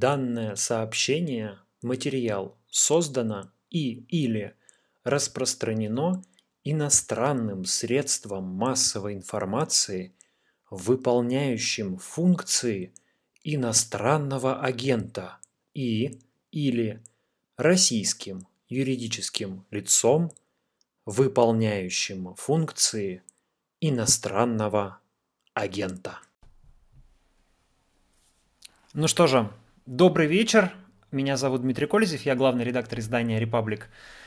Данное сообщение, материал создано и/или распространено иностранным средством массовой информации, выполняющим функции иностранного агента и/или российским юридическим лицом, выполняющим функции иностранного агента. Ну что же, добрый вечер. Меня зовут Дмитрий Кользев, я главный редактор издания «Репаблик».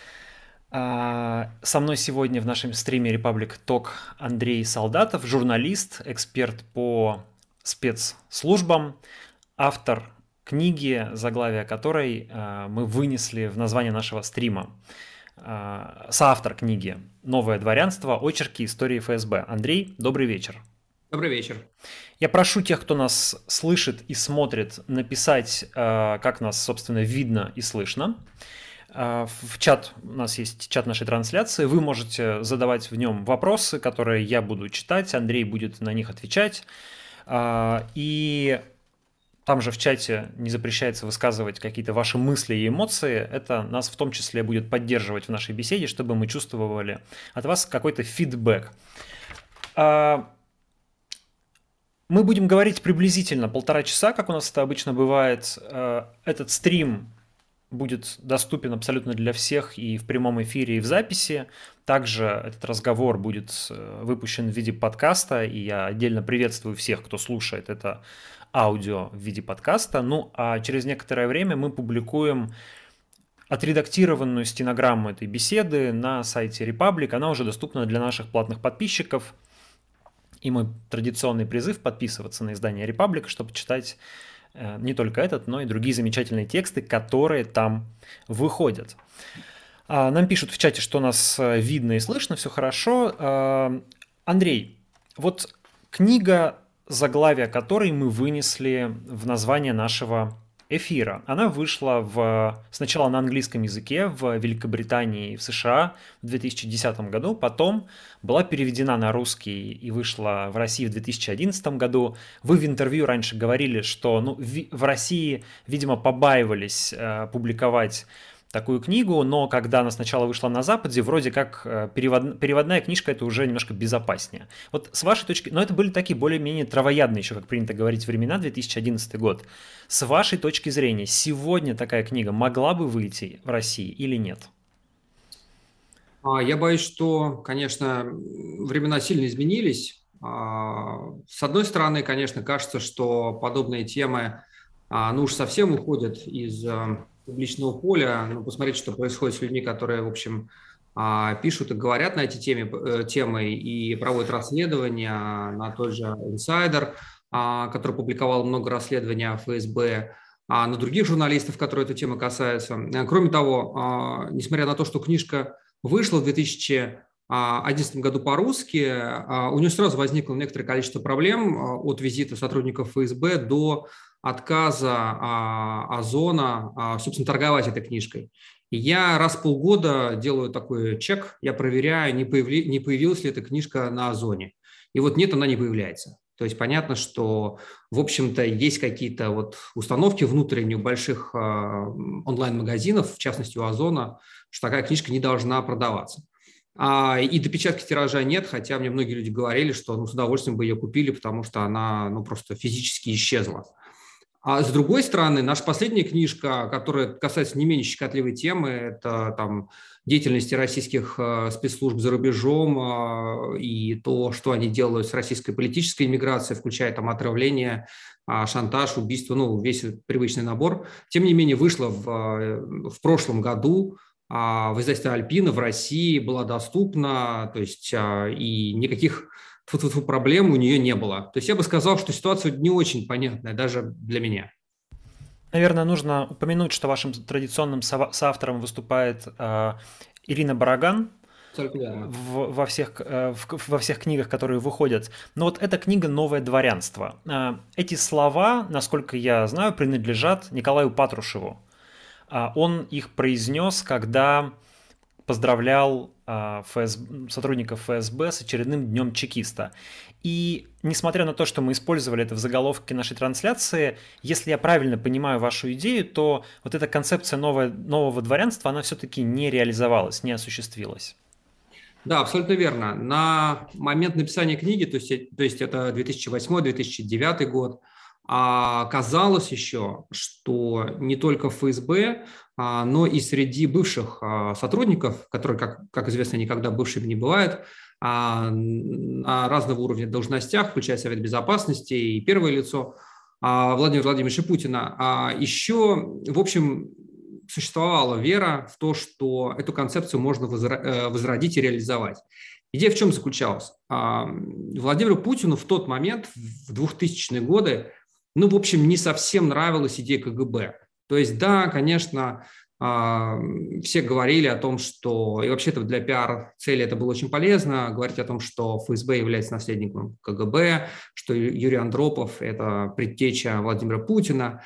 Со мной сегодня в нашем стриме «Репаблик Ток» Андрей Солдатов, журналист, эксперт по спецслужбам, автор книги, заглавие которой мы вынесли в название нашего стрима. Соавтор книги «Новое дворянство. Очерки истории ФСБ». Андрей, добрый вечер. Добрый вечер. Я прошу тех, кто нас слышит и смотрит, написать, как нас, собственно, видно и слышно. В чат, у нас есть чат нашей трансляции, вы можете задавать в нем вопросы, которые я буду читать, Андрей будет на них отвечать. И там же в чате не запрещается высказывать какие-то ваши мысли и эмоции. Это нас в том числе будет поддерживать в нашей беседе, чтобы мы чувствовали от вас какой-то фидбэк. Мы будем говорить приблизительно 1,5 часа, как у нас это обычно бывает. Этот стрим будет доступен абсолютно для всех и в прямом эфире, и в записи. Также этот разговор будет выпущен в виде подкаста, и я отдельно приветствую всех, кто слушает это аудио в виде подкаста. Ну, а через некоторое время мы публикуем отредактированную стенограмму этой беседы на сайте Republic. Она уже доступна для наших платных подписчиков. И мой традиционный призыв подписываться на издание Republic, чтобы читать не только этот, но и другие замечательные тексты, которые там выходят. Нам пишут в чате, что нас видно и слышно, все хорошо. Андрей, вот книга, заглавие которой мы вынесли в название нашего эфира. Она вышла сначала на английском языке в Великобритании и в США в 2010 году, потом была переведена на русский и вышла в России в 2011 году. Вы в интервью раньше говорили, что в России, видимо, побаивались публиковать такую книгу, но когда она сначала вышла на Западе, вроде как переводная книжка это уже немножко безопаснее. Вот с вашей точки, но это были такие более-менее травоядные еще, как принято говорить, времена, 2011 год. С вашей точки зрения, сегодня такая книга могла бы выйти в России или нет? Я боюсь, что, конечно, времена сильно изменились. С одной стороны, конечно, кажется, что подобные темы, уж совсем уходят из публичного поля. Ну, посмотрите, что происходит с людьми, которые, в общем, пишут и говорят на эти темы и проводят расследования на тот же Insider, который публиковал много расследований о ФСБ, на других журналистов, которые эту тему касаются. Кроме того, несмотря на то, что книжка вышла в 2011 году по-русски, у нее сразу возникло некоторое количество проблем от визита сотрудников ФСБ до отказа Озона, собственно, торговать этой книжкой. И я раз в полгода делаю такой чек, я проверяю, не появилась ли эта книжка на Озоне. И вот нет, она не появляется. То есть понятно, что, в общем-то, есть какие-то вот установки внутренние у больших онлайн-магазинов, в частности у Озона, что такая книжка не должна продаваться. И допечатки тиража нет, хотя мне многие люди говорили, что с удовольствием бы ее купили, потому что она просто физически исчезла. А с другой стороны, наша последняя книжка, которая касается не менее щекотливой темы, это там деятельности российских спецслужб за рубежом и то, что они делают с российской политической иммиграцией, включая там отравление, шантаж, убийство, весь привычный набор. Тем не менее, вышла в прошлом году в издательстве «Альпина» в России, была доступна, то есть и никаких проблем у нее не было. То есть я бы сказал, что ситуация не очень понятная даже для меня. Наверное, нужно упомянуть, что вашим традиционным соавтором выступает Ирина Бараган во всех книгах, которые выходят. Но вот эта книга «Новое дворянство». Эти слова, насколько я знаю, принадлежат Николаю Патрушеву. Он их произнес, когда поздравлял сотрудников ФСБ с очередным днем чекиста. И несмотря на то, что мы использовали это в заголовке нашей трансляции, если я правильно понимаю вашу идею, то вот эта концепция нового дворянства, она все-таки не реализовалась, не осуществилась. Да, абсолютно верно. На момент написания книги, то есть это 2008-2009 год, казалось еще, что не только в ФСБ, но и среди бывших сотрудников, которые, как известно, никогда бывшими не бывают, на разного уровня должностях, включая Совет Безопасности и первое лицо Владимира Владимировича Путина, еще, в общем, существовала вера в то, что эту концепцию можно возродить и реализовать. Идея в чем заключалась? Владимиру Путину в тот момент, в 2000-е годы, в общем, не совсем нравилась идея КГБ. То есть, да, конечно, все говорили о том, что, и вообще-то для пиар-цели это было очень полезно, говорить о том, что ФСБ является наследником КГБ, что Юрий Андропов – это предтеча Владимира Путина.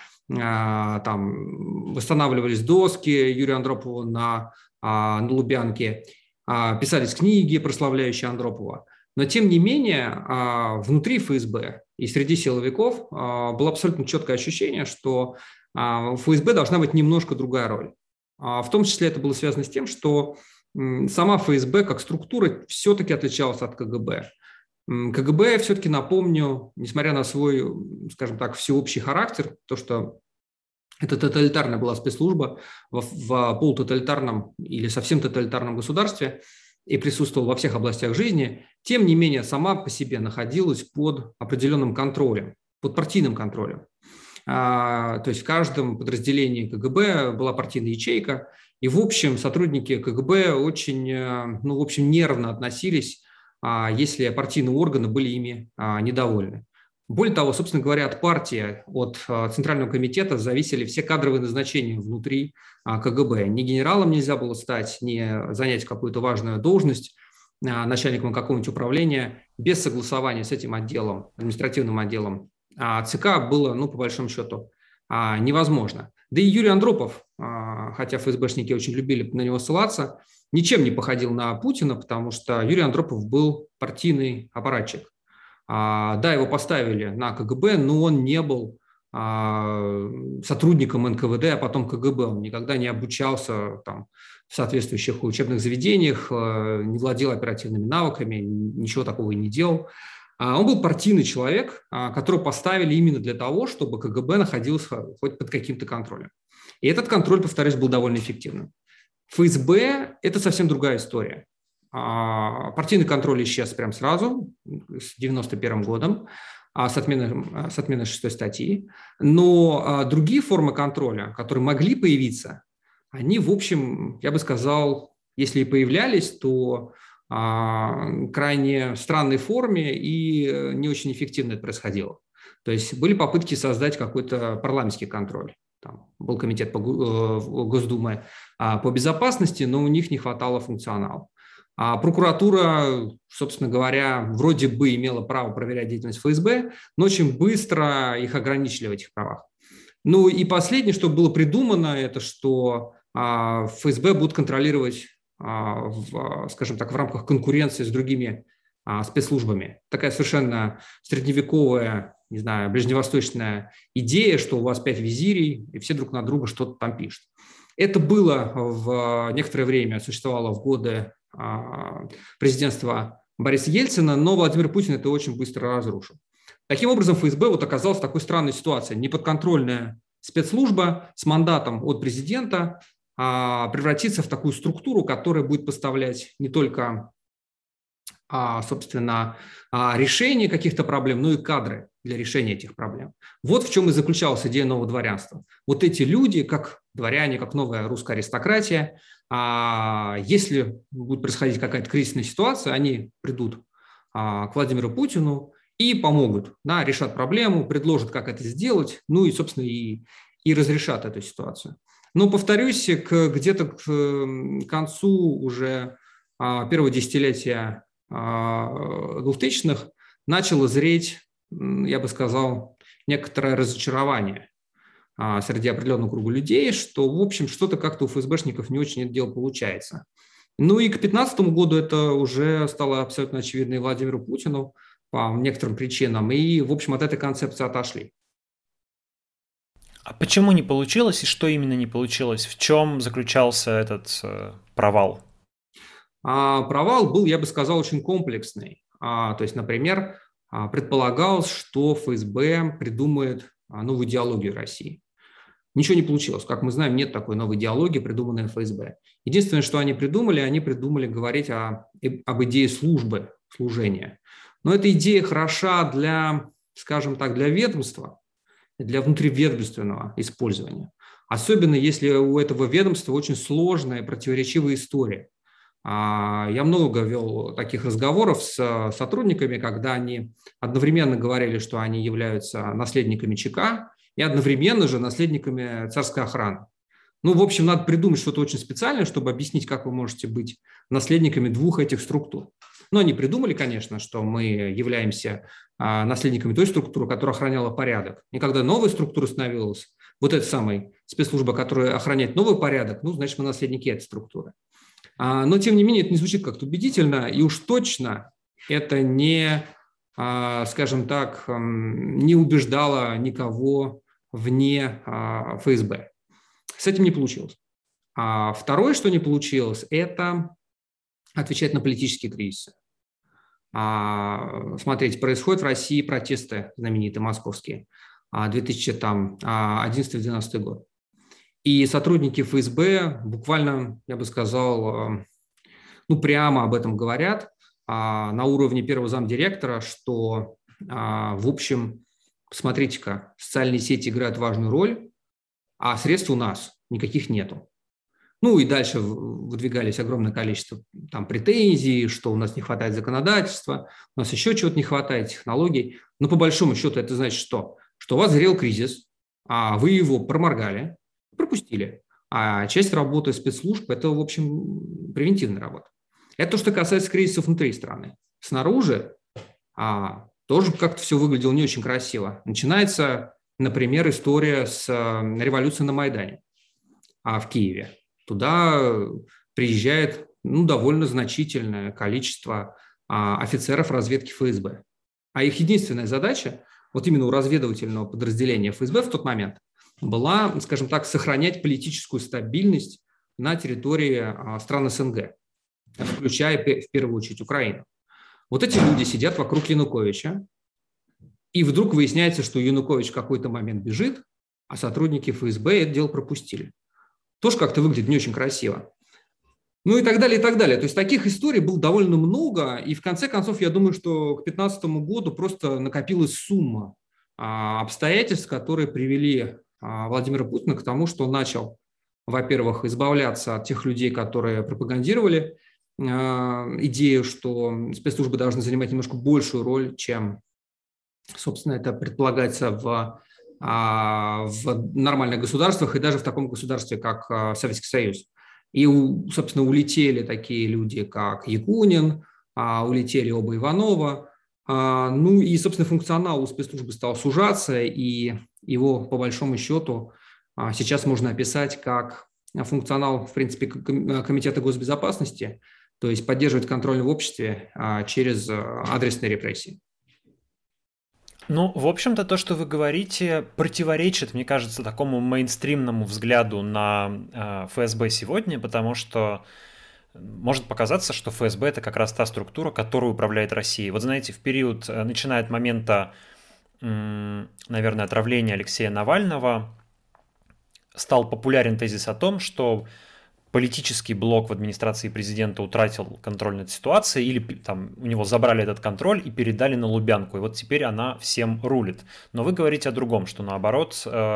Там восстанавливались доски Юрия Андропова на Лубянке, писались книги, прославляющие Андропова. Но, тем не менее, внутри ФСБ и среди силовиков было абсолютно четкое ощущение, что у ФСБ должна быть немножко другая роль. В том числе это было связано с тем, что сама ФСБ как структура все-таки отличалась от КГБ. КГБ, все-таки напомню, несмотря на свой, скажем так, всеобщий характер, то, что это тоталитарная была спецслужба в полутоталитарном или совсем тоталитарном государстве и присутствовала во всех областях жизни, тем не менее сама по себе находилась под определенным контролем, под партийным контролем. То есть в каждом подразделении КГБ была партийная ячейка, и, в общем, сотрудники КГБ очень, в общем, нервно относились, если партийные органы были ими недовольны. Более того, собственно говоря, от партии, от Центрального комитета зависели все кадровые назначения внутри КГБ. Ни генералом нельзя было стать, ни занять какую-то важную должность начальником какого-нибудь управления без согласования с этим отделом, административным отделом ЦК было, по большому счету, невозможно. Да и Юрий Андропов, хотя ФСБшники очень любили на него ссылаться, ничем не походил на Путина, потому что Юрий Андропов был партийный аппаратчик. Да, его поставили на КГБ, но он не был сотрудником НКВД, а потом КГБ. Он никогда не обучался там, в соответствующих учебных заведениях, не владел оперативными навыками, ничего такого и не делал. Он был партийный человек, которого поставили именно для того, чтобы КГБ находился хоть под каким-то контролем. И этот контроль, повторюсь, был довольно эффективным. ФСБ – это совсем другая история. Партийный контроль исчез прямо сразу, с 1991 годом, с отменой 6 статьи. Но другие формы контроля, которые могли появиться, они, в общем, я бы сказал, если и появлялись, то крайне странной форме и не очень эффективно это происходило. То есть были попытки создать какой-то парламентский контроль. Там был комитет Госдумы по безопасности, но у них не хватало функционала. Прокуратура, собственно говоря, вроде бы имела право проверять деятельность ФСБ, но очень быстро их ограничили в этих правах. И последнее, что было придумано, это что ФСБ будут контролировать, скажем так, в рамках конкуренции с другими спецслужбами. Такая совершенно средневековая, не знаю, ближневосточная идея, что у вас 5 визирей, и все друг на друга что-то там пишут. Это было в некоторое время, существовало в годы президентства Бориса Ельцина, но Владимир Путин это очень быстро разрушил. Таким образом, ФСБ оказалась в такой странной ситуации. Неподконтрольная спецслужба с мандатом от президента превратится в такую структуру, которая будет поставлять не только, собственно, решение каких-то проблем, но и кадры для решения этих проблем. Вот в чем и заключалась идея нового дворянства. Вот эти люди, как дворяне, как новая русская аристократия, если будет происходить какая-то кризисная ситуация, они придут к Владимиру Путину и помогут, решат проблему, предложат, как это сделать, и, собственно, и разрешат эту ситуацию. Но, повторюсь, где-то к концу уже первого десятилетия 2000-х начало зреть, я бы сказал, некоторое разочарование среди определенного круга людей, что, в общем, что-то как-то у ФСБшников не очень это дело получается. Ну и к 2015 году это уже стало абсолютно очевидно и Владимиру Путину по некоторым причинам. И, в общем, от этой концепции отошли. А почему не получилось и что именно не получилось? В чем заключался этот провал? Провал был, я бы сказал, очень комплексный. То есть, например, предполагалось, что ФСБ придумает новую идеологию России. Ничего не получилось. Как мы знаем, нет такой новой идеологии, придуманной ФСБ. Единственное, что они придумали говорить об идее службы, служения. Но эта идея хороша для, скажем так, для ведомства, для внутриведомственного использования. Особенно если у этого ведомства очень сложная, противоречивая история. Я много вел таких разговоров с сотрудниками, когда они одновременно говорили, что они являются наследниками ЧК и одновременно же наследниками царской охраны. Ну, в общем, надо придумать что-то очень специальное, чтобы объяснить, как вы можете быть наследниками двух этих структур. Но они придумали, конечно, что мы являемся наследниками той структуры, которая охраняла порядок. И когда новая структура становилась, вот эта самая спецслужба, которая охраняет новый порядок, ну, значит, мы наследники этой структуры. Но, тем не менее, это не звучит как-то убедительно, и уж точно это не, скажем так, не убеждало никого вне ФСБ. С этим не получилось. Второе, что не получилось, это отвечать на политические кризисы. Смотрите, происходят в России протесты знаменитые московские, 2011-2012 год. И сотрудники ФСБ буквально, я бы сказал, ну, прямо об этом говорят на уровне первого замдиректора, что, в общем, смотрите-ка, социальные сети играют важную роль, а средств у нас никаких нету. Ну и дальше выдвигались огромное количество там претензий, что у нас не хватает законодательства, у нас еще чего-то не хватает, технологий. Но по большому счету это значит что? Что у вас зрел кризис, а вы его проморгали, пропустили. А часть работы спецслужб – это, в общем, превентивная работа. Это то, что касается кризисов внутри страны. Снаружи тоже как-то все выглядело не очень красиво. Начинается, например, история с революцией на Майдане в Киеве. Туда приезжает довольно значительное количество офицеров разведки ФСБ. А их единственная задача, вот именно у разведывательного подразделения ФСБ в тот момент, была, скажем так, сохранять политическую стабильность на территории стран СНГ, включая в первую очередь Украину. Вот эти люди сидят вокруг Януковича, и вдруг выясняется, что Янукович в какой-то момент бежит, а сотрудники ФСБ это дело пропустили. Тоже как-то выглядит не очень красиво. Ну и так далее, и так далее. То есть таких историй было довольно много, и в конце концов, я думаю, что к 2015 году просто накопилась сумма обстоятельств, которые привели Владимира Путина к тому, что он начал, во-первых, избавляться от тех людей, которые пропагандировали идею, что спецслужбы должны занимать немножко большую роль, чем, собственно, это предполагается в нормальных государствах и даже в таком государстве, как Советский Союз. И, собственно, улетели такие люди, как Якунин, улетели оба Иванова. Ну и, собственно, функционал у спецслужбы стал сужаться, и его, по большому счету, сейчас можно описать как функционал, в принципе, Комитета госбезопасности, то есть поддерживать контроль в обществе через адресные репрессии. Ну, в общем-то, то, что вы говорите, противоречит, мне кажется, такому мейнстримному взгляду на ФСБ сегодня, потому что может показаться, что ФСБ – это как раз та структура, которая управляет Россией. Вот знаете, в период, начиная от момента, наверное, отравления Алексея Навального, стал популярен тезис о том, что политический блок в администрации президента утратил контроль над ситуацией, или там у него забрали этот контроль и передали на Лубянку, и вот теперь она всем рулит. Но вы говорите о другом, что наоборот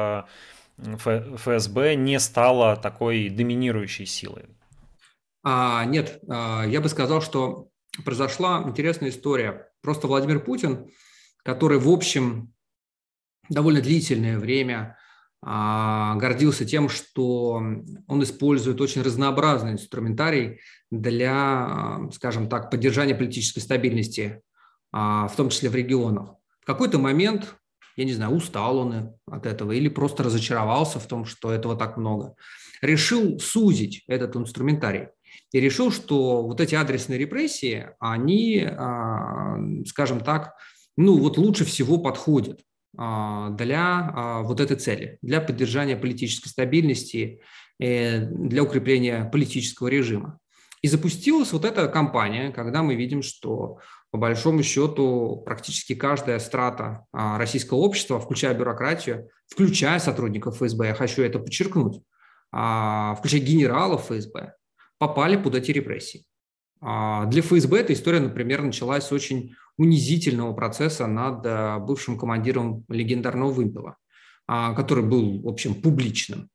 ФСБ не стала такой доминирующей силой. Нет, я бы сказал, что произошла интересная история. Просто Владимир Путин, который, в общем, довольно длительное время гордился тем, что он использует очень разнообразный инструментарий для, скажем так, поддержания политической стабильности, в том числе в регионах. В какой-то момент, я не знаю, устал он от этого или просто разочаровался в том, что этого так много, решил сузить этот инструментарий. и решил, что вот эти адресные репрессии, они, скажем так, ну вот лучше всего подходят для вот этой цели, для поддержания политической стабильности, для укрепления политического режима. И запустилась вот эта кампания, когда мы видим, что по большому счету практически каждая страта российского общества, включая бюрократию, включая сотрудников ФСБ, я хочу это подчеркнуть, включая генералов ФСБ, попали под эти репрессии. Для ФСБ эта история, например, началась с очень унизительного процесса над бывшим командиром легендарного «Вымпела», который был, в общем, публичным.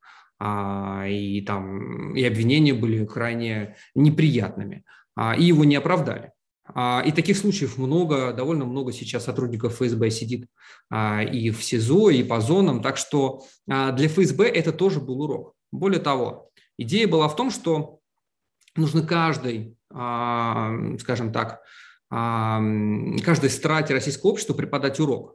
И там и обвинения были крайне неприятными, и его не оправдали. И таких случаев много, довольно много сейчас сотрудников ФСБ сидит и в СИЗО, и по зонам, так что для ФСБ это тоже был урок. Более того, идея была в том, что нужно каждой, скажем так, каждой страте российского общества преподать урок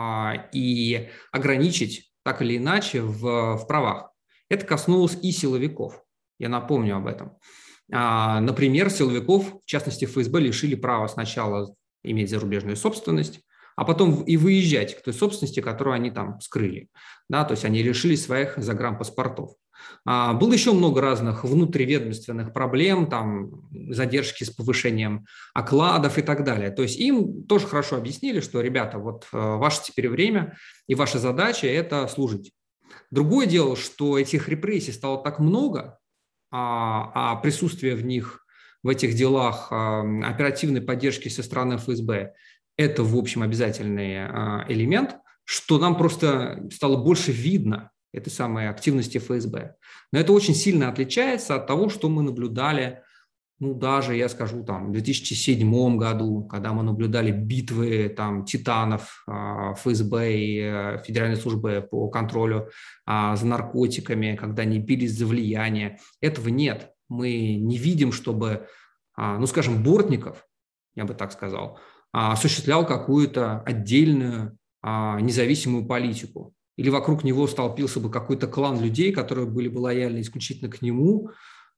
и ограничить так или иначе в правах. Это коснулось и силовиков, я напомню об этом. Например, силовиков, в частности ФСБ, лишили права сначала иметь зарубежную собственность, а потом и выезжать к той собственности, которую они там скрыли. Да, то есть они лишились своих загранпаспортов. Было еще много разных внутриведомственных проблем, там, задержки с повышением окладов и так далее. То есть им тоже хорошо объяснили, что, ребята, вот ваше теперь время и ваша задача – это служить. Другое дело, что этих репрессий стало так много, а присутствие в них, в этих делах оперативной поддержки со стороны ФСБ – это, в общем, обязательный элемент, что нам просто стало больше видно этой самой активности ФСБ. Но это очень сильно отличается от того, что мы наблюдали, ну, даже, я скажу, там, в 2007 году, когда мы наблюдали битвы там, титанов ФСБ и Федеральной службы по контролю за наркотиками, когда они бились за влияние. Этого нет. Мы не видим, чтобы, ну, скажем, Бортников, я бы так сказал, осуществлял какую-то отдельную независимую политику. Или вокруг него столпился бы какой-то клан людей, которые были бы лояльны исключительно к нему,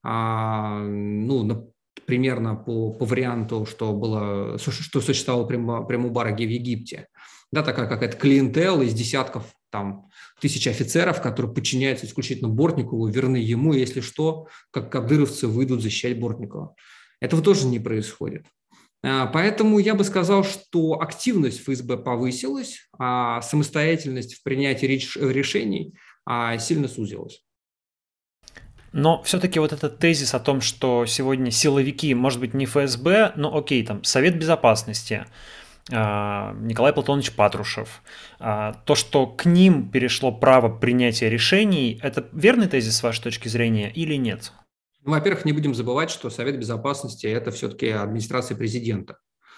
ну, примерно по варианту, что существовало при Мубараке в Египте. Да, такая какая-то клиентела из десятков там, тысяч офицеров, которые подчиняются исключительно Бортникову, верны ему, и если что, как кадыровцы выйдут защищать Бортникова. Этого тоже не происходит. Поэтому я бы сказал, что активность ФСБ повысилась, а самостоятельность в принятии решений сильно сузилась. Но все-таки вот этот тезис о том, что сегодня силовики, может быть, не ФСБ, но окей, там, Совет Безопасности, Николай Платонович Патрушев, то, что к ним перешло право принятия решений, это верный тезис с вашей точки зрения или нет? Ну, во-первых, не будем забывать, что Совет Безопасности – это все-таки администрация президента.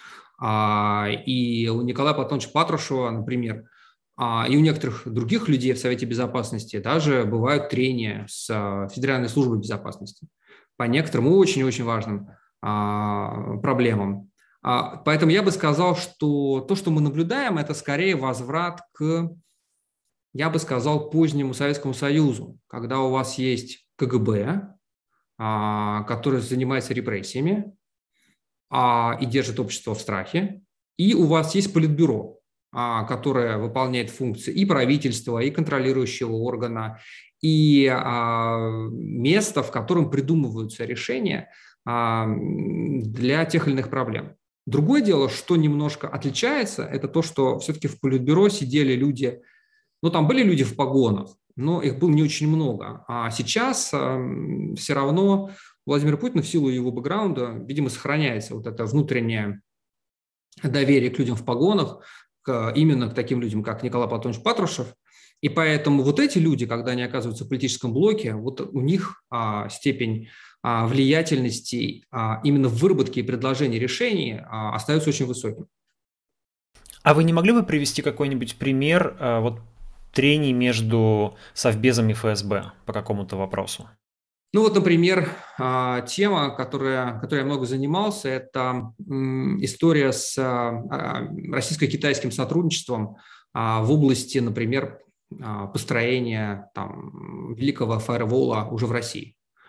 И у Николая Платоновича Патрушева, например, и у некоторых других людей в Совете Безопасности даже бывают трения с Федеральной службой безопасности по некоторым очень-очень важным проблемам. Поэтому я бы сказал, что то, что мы наблюдаем, это скорее возврат к, я бы сказал, позднему Советскому Союзу, когда у вас есть КГБ, который занимается репрессиями и держит общество в страхе, и у вас есть Политбюро, которое выполняет функции и правительства, и контролирующего органа, и место, в котором придумываются решения для тех или иных проблем. Другое дело, что немножко отличается, это то, что все-таки в Политбюро сидели люди, ну там были люди в погонах, но их было не очень много. А сейчас все равно Владимир Путин в силу его бэкграунда, видимо, сохраняется вот это внутреннее доверие к людям в погонах, именно к таким людям, как Николай Платонович Патрушев. И поэтому вот эти люди, когда они оказываются в политическом блоке, вот у них степень влиятельности именно в выработке и предложении решений остается очень высоким. А вы не могли бы привести какой-нибудь пример вот трений между Совбезом и ФСБ по какому-то вопросу? Ну вот, например, тема, которой я много занимался, это история с российско-китайским сотрудничеством в области, например, построения там, великого фаервола уже в России.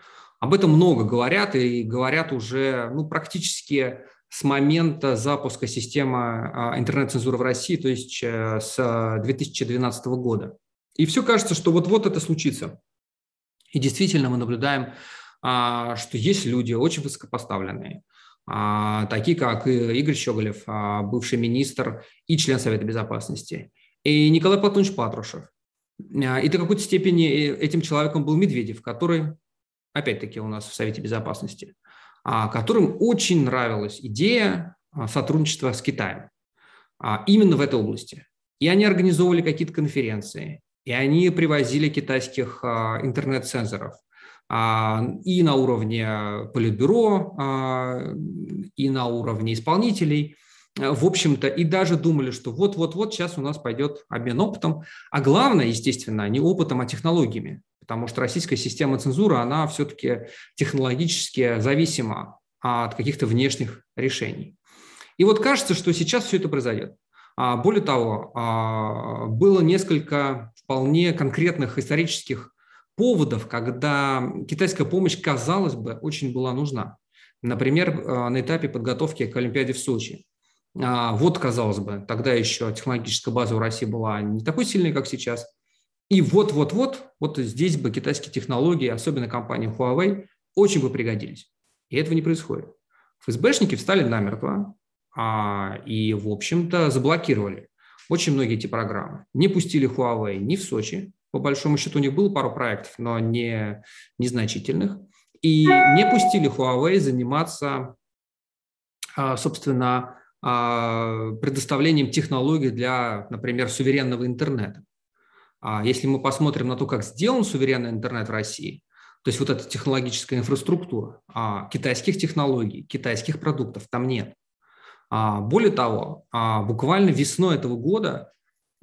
Об этом много говорят, и говорят уже практически с момента запуска системы интернет-цензуры в России, то есть с 2012 года. И все кажется, что вот-вот это случится. И действительно мы наблюдаем, что есть люди очень высокопоставленные, такие как Игорь Щеголев, бывший министр и член Совета Безопасности, и Николай Платонович Патрушев. И до какой-то степени этим человеком был Медведев, который, опять-таки, у нас в Совете Безопасности, которым очень нравилась идея сотрудничества с Китаем именно в этой области. И они организовывали какие-то конференции, и они привозили китайских интернет-цензоров и на уровне политбюро, и на уровне исполнителей, в общем-то, и даже думали, что вот-вот-вот сейчас у нас пойдет обмен опытом, а главное, естественно, не опытом, а технологиями, потому что российская система цензуры, она все-таки технологически зависима от каких-то внешних решений. И вот кажется, что сейчас все это произойдет. Более того, было несколько вполне конкретных исторических поводов, когда китайская помощь, казалось бы, очень была нужна. Например, на этапе подготовки к Олимпиаде в Сочи. Вот, казалось бы, тогда еще технологическая база у России была не такой сильной, как сейчас. И вот здесь бы китайские технологии, особенно компании Huawei, очень бы пригодились. И этого не происходит. ФСБшники встали намертво и, в общем-то, заблокировали очень многие эти программы. Не пустили Huawei ни в Сочи. По большому счету у них было пару проектов, но незначительных. И не пустили Huawei заниматься, собственно, предоставлением технологий для, например, суверенного интернета. Если мы посмотрим на то, как сделан суверенный интернет в России, то есть вот эта технологическая инфраструктура, китайских технологий, китайских продуктов там нет. Более того, буквально весной этого года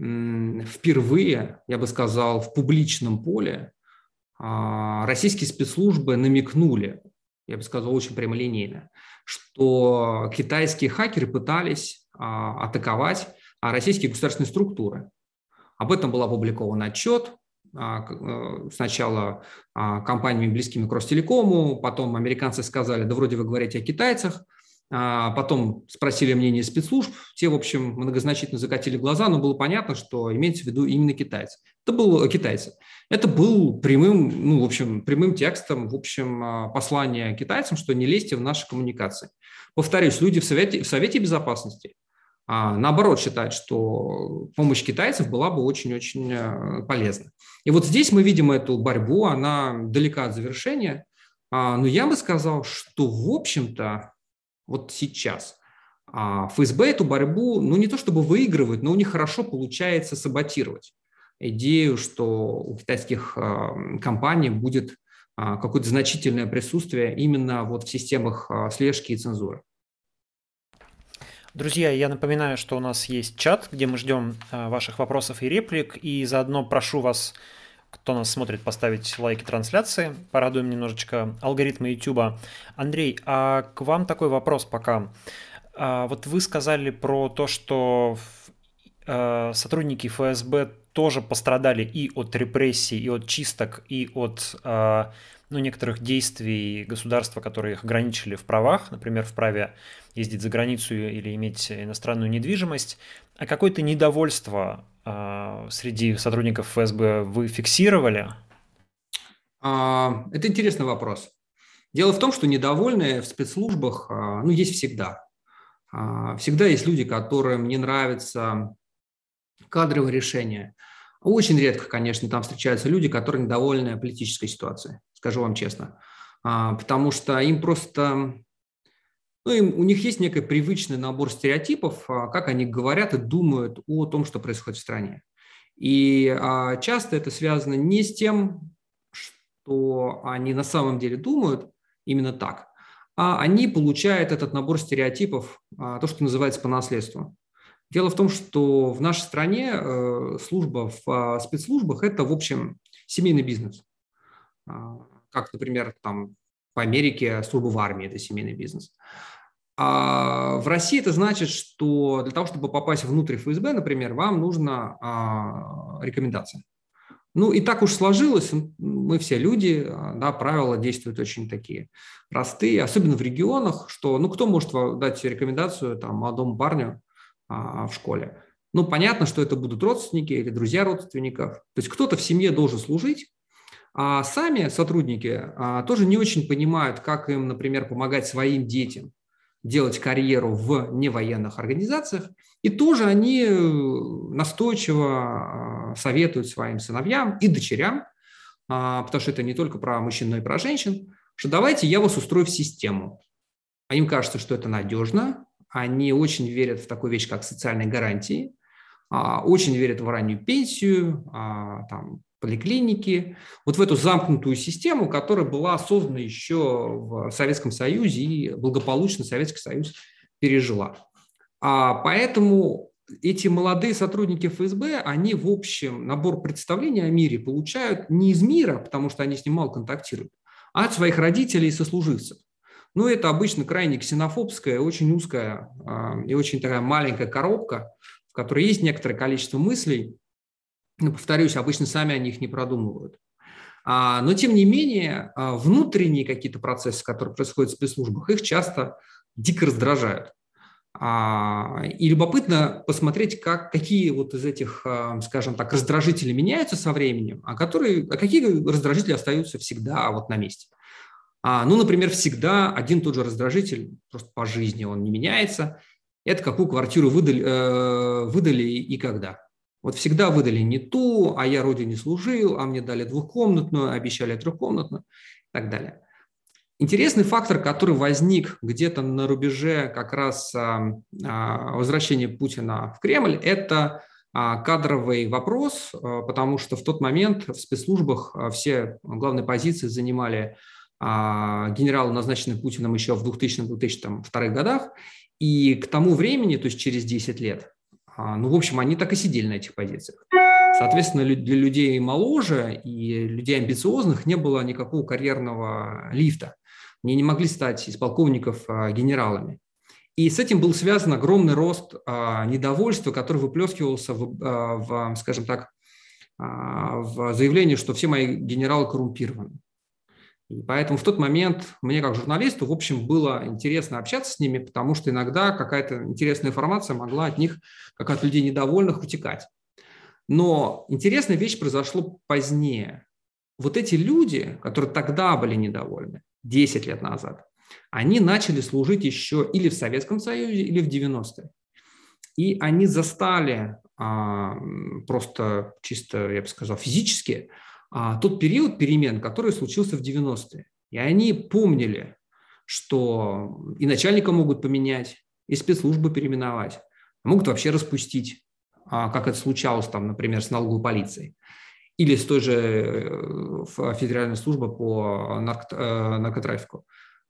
впервые, я бы сказал, в публичном поле российские спецслужбы намекнули, я бы сказал, очень прямолинейно, что китайские хакеры пытались атаковать российские государственные структуры. Об этом был опубликован отчет. Сначала компаниями, близкими к Ростелекому, потом американцы сказали, да вроде вы говорите о китайцах, потом спросили мнение спецслужб, те, в общем, многозначительно закатили глаза, но было понятно, что имеется в виду именно китайцы. Это был китайцы. Это был прямым текстом, в общем, послание китайцам, что не лезьте в наши коммуникации. Повторюсь, люди в Совете Безопасности наоборот считают, что помощь китайцев была бы очень-очень полезна. И вот здесь мы видим эту борьбу, она далека от завершения, но я бы сказал, что, в общем-то, вот сейчас ФСБ эту борьбу, не то чтобы выигрывает, но у них хорошо получается саботировать идею, что у китайских компаний будет какое-то значительное присутствие именно вот в системах слежки и цензуры. Друзья, я напоминаю, что у нас есть чат, где мы ждем ваших вопросов и реплик, и заодно прошу вас, кто нас смотрит, поставить лайки трансляции, порадуем немножечко алгоритмы YouTube. Андрей, а к вам такой вопрос пока. Вот вы сказали про то, что сотрудники ФСБ тоже пострадали и от репрессий, и от чисток, и от некоторых действий государства, которые их ограничили в правах, например, в праве ездить за границу или иметь иностранную недвижимость. А какое-то недовольство среди сотрудников ФСБ вы фиксировали? Это интересный вопрос. Дело в том, что недовольные в спецслужбах есть всегда. Всегда есть люди, которым не нравится кадровое решение. Очень редко, конечно, там встречаются люди, которые недовольны политической ситуацией, скажу вам честно. Потому что им просто... у них есть некий привычный набор стереотипов, как они говорят и думают о том, что происходит в стране. И часто это связано не с тем, что они на самом деле думают именно так, а они получают этот набор стереотипов, то, что называется по наследству. Дело в том, что в нашей стране служба в спецслужбах – это, в общем, семейный бизнес. Как, например, там в Америке служба в армии – это семейный бизнес. А в России это значит, что для того, чтобы попасть внутрь ФСБ, например, вам нужна рекомендация. Ну, и так уж сложилось, мы все люди, да, правила действуют очень такие простые, особенно в регионах, что, ну, кто может дать рекомендацию там молодому парню в школе? Ну, понятно, что это будут родственники или друзья родственников. То есть кто-то в семье должен служить, а сами сотрудники тоже не очень понимают, как им, например, помогать своим детям делать карьеру в невоенных организациях. И тоже они настойчиво советуют своим сыновьям и дочерям, потому что это не только про мужчин, но и про женщин, что давайте я вас устрою в систему. А им кажется, что это надежно, они очень верят в такую вещь, как социальные гарантии, очень верят в раннюю пенсию, там, поликлиники, вот в эту замкнутую систему, которая была создана еще в Советском Союзе и благополучно Советский Союз пережила. Поэтому эти молодые сотрудники ФСБ, они в общем набор представлений о мире получают не из мира, потому что они с ним мало контактируют, а от своих родителей и сослуживцев. Ну, это обычно крайне ксенофобская, очень узкая и очень такая маленькая коробка, в которой есть некоторое количество мыслей, но, повторюсь, обычно сами они их не продумывают. Но, тем не менее, внутренние какие-то процессы, которые происходят в спецслужбах, их часто дико раздражают. И любопытно посмотреть, какие вот из этих, скажем так, раздражителей меняются со временем, а какие раздражители остаются всегда вот на месте. Ну, например, всегда один и тот же раздражитель, просто по жизни он не меняется. Это какую квартиру выдали и когда. Вот всегда выдали не ту, а я родине служил, а мне дали двухкомнатную, обещали трехкомнатную и так далее. Интересный фактор, который возник где-то на рубеже как раз возвращения Путина в Кремль, это кадровый вопрос, потому что в тот момент в спецслужбах все главные позиции занимали генералы, назначенные Путиным еще в 2000-2002 годах, и к тому времени, то есть через 10 лет, ну, в общем, они так и сидели на этих позициях. Соответственно, для людей моложе и людей амбициозных не было никакого карьерного лифта. Они не могли стать из полковников генералами. И с этим был связан огромный рост недовольства, который выплескивался скажем так, в заявлении, что все мои генералы коррумпированы. И поэтому в тот момент мне, как журналисту, в общем, было интересно общаться с ними, потому что иногда какая-то интересная информация могла от них, как от людей недовольных, утекать. Но интересная вещь произошла позднее. Вот эти люди, которые тогда были недовольны, 10 лет назад, они начали служить еще или в Советском Союзе, или в 90-е. И они застали просто чисто, я бы сказал, физически тот период перемен, который случился в 90-е. И они помнили, что и начальника могут поменять, и спецслужбы переименовать, могут вообще распустить, как это случалось, там, например, с налоговой полицией или с той же Федеральной службой по наркотрафику.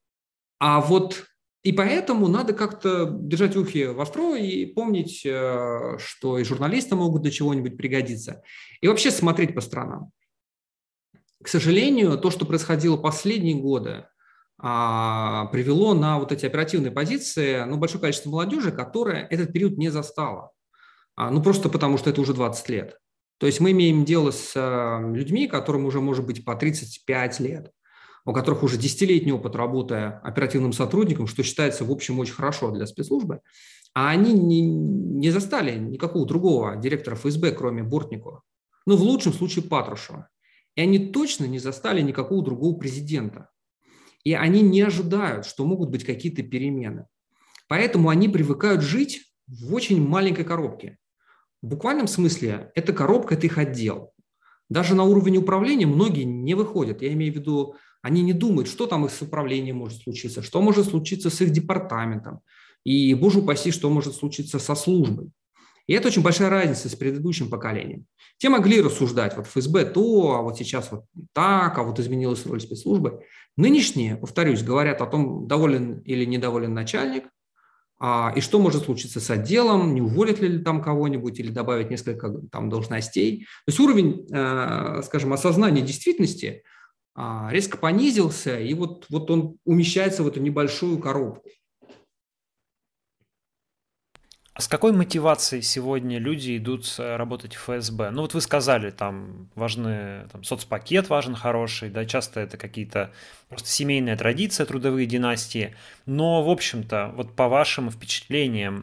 И поэтому надо как-то держать ухи востро и помнить, что и журналисты могут до чего-нибудь пригодиться, и вообще смотреть по сторонам. К сожалению, то, что происходило последние годы, привело на вот эти оперативные позиции большое количество молодежи, которая этот период не застала. Просто потому, что это уже 20 лет. То есть мы имеем дело с людьми, которым уже может быть по 35 лет, у которых уже десятилетний опыт работы оперативным сотрудником, что считается, в общем, очень хорошо для спецслужбы, а они не застали никакого другого директора ФСБ, кроме Бортникова. Ну, в лучшем случае Патрушева. И они точно не застали никакого другого президента. И они не ожидают, что могут быть какие-то перемены. Поэтому они привыкают жить в очень маленькой коробке. В буквальном смысле эта коробка – это их отдел. Даже на уровне управления многие не выходят. Я имею в виду, они не думают, что там их с управлением может случиться, что может случиться с их департаментом. И, боже упаси, что может случиться со службой. И это очень большая разница с предыдущим поколением. Те могли рассуждать, вот ФСБ то, а вот сейчас вот так, а вот изменилась роль спецслужбы. Нынешние, повторюсь, говорят о том, доволен или недоволен начальник, и что может случиться с отделом, не уволят ли там кого-нибудь или добавить несколько там должностей. То есть уровень, скажем, осознания действительности резко понизился, и вот он умещается в эту небольшую коробку. С какой мотивацией сегодня люди идут работать в ФСБ? Ну вот вы сказали, там важны, там, соцпакет важен хороший, да, часто это какие-то просто семейные традиции, трудовые династии, но, в общем-то, вот по вашим впечатлениям,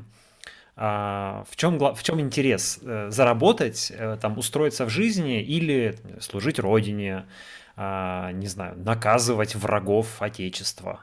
в чем интерес? Заработать, там, устроиться в жизни или служить родине, не знаю, наказывать врагов Отечества?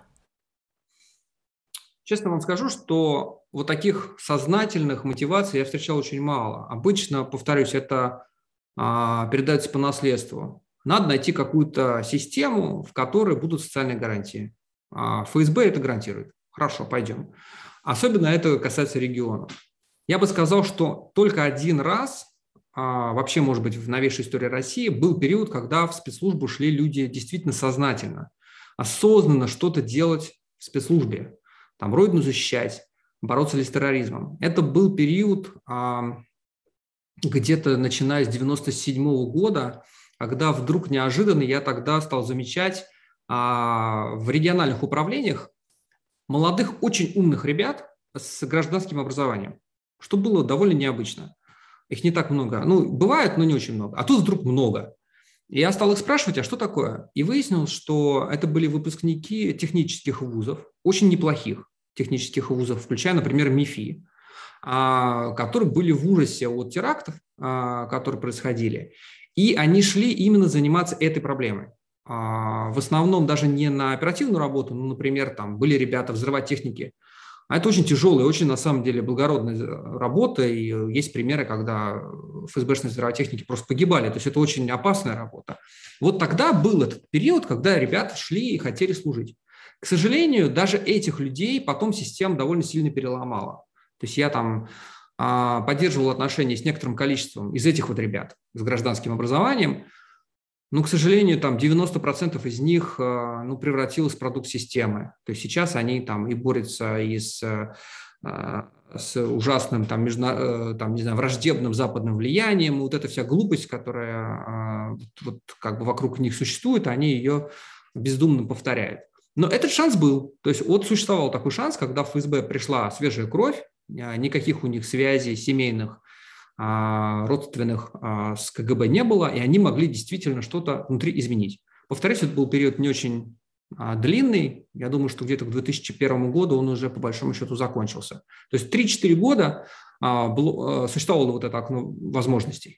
Честно вам скажу, что вот таких сознательных мотиваций я встречал очень мало. Обычно, повторюсь, это передается по наследству. Надо найти какую-то систему, в которой будут социальные гарантии. ФСБ это гарантирует. Хорошо, пойдем. Особенно это касается регионов. Я бы сказал, что только один раз, вообще, может быть, в новейшей истории России, был период, когда в спецслужбу шли люди действительно сознательно, осознанно что-то делать в спецслужбе, там, родину защищать, бороться ли с терроризмом. Это был период где-то начиная с 97 года, когда вдруг неожиданно я тогда стал замечать в региональных управлениях молодых, очень умных ребят с гражданским образованием, что было довольно необычно. Их не так много. Ну, бывает, но не очень много. А тут вдруг много. И я стал их спрашивать, а что такое? И выяснилось, что это были выпускники технических вузов, очень неплохих технических вузов, включая, например, МИФИ, которые были в ужасе от терактов, которые происходили. И они шли именно заниматься этой проблемой. В основном даже не на оперативную работу, ну, например, там были ребята взрывотехники. А это очень тяжелая, очень, на самом деле, благородная работа, и есть примеры, когда ФСБшные взрывотехники просто погибали, то есть это очень опасная работа. Вот тогда был этот период, когда ребята шли и хотели служить. К сожалению, даже этих людей потом система довольно сильно переломала. То есть я там поддерживал отношения с некоторым количеством из этих вот ребят с гражданским образованием, но, к сожалению, там 90% из них превратилось в продукт системы. То есть сейчас они там и борются и с ужасным там, не знаю, враждебным западным влиянием. Вот эта вся глупость, которая вот как бы вокруг них существует, они ее бездумно повторяют. Но этот шанс был. То есть вот существовал такой шанс, когда в ФСБ пришла свежая кровь, никаких у них связей семейных, родственных с КГБ не было, и они могли действительно что-то внутри изменить. Повторюсь, это был период не очень длинный. Я думаю, что где-то к 2001 году он уже по большому счету закончился. То есть 3-4 года существовало вот это окно возможностей.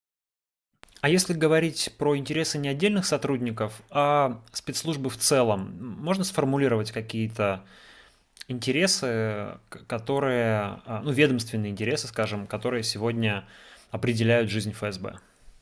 А если говорить про интересы не отдельных сотрудников, а спецслужбы в целом, можно сформулировать какие-то интересы, которые, ну, ведомственные интересы, скажем, которые сегодня определяют жизнь ФСБ?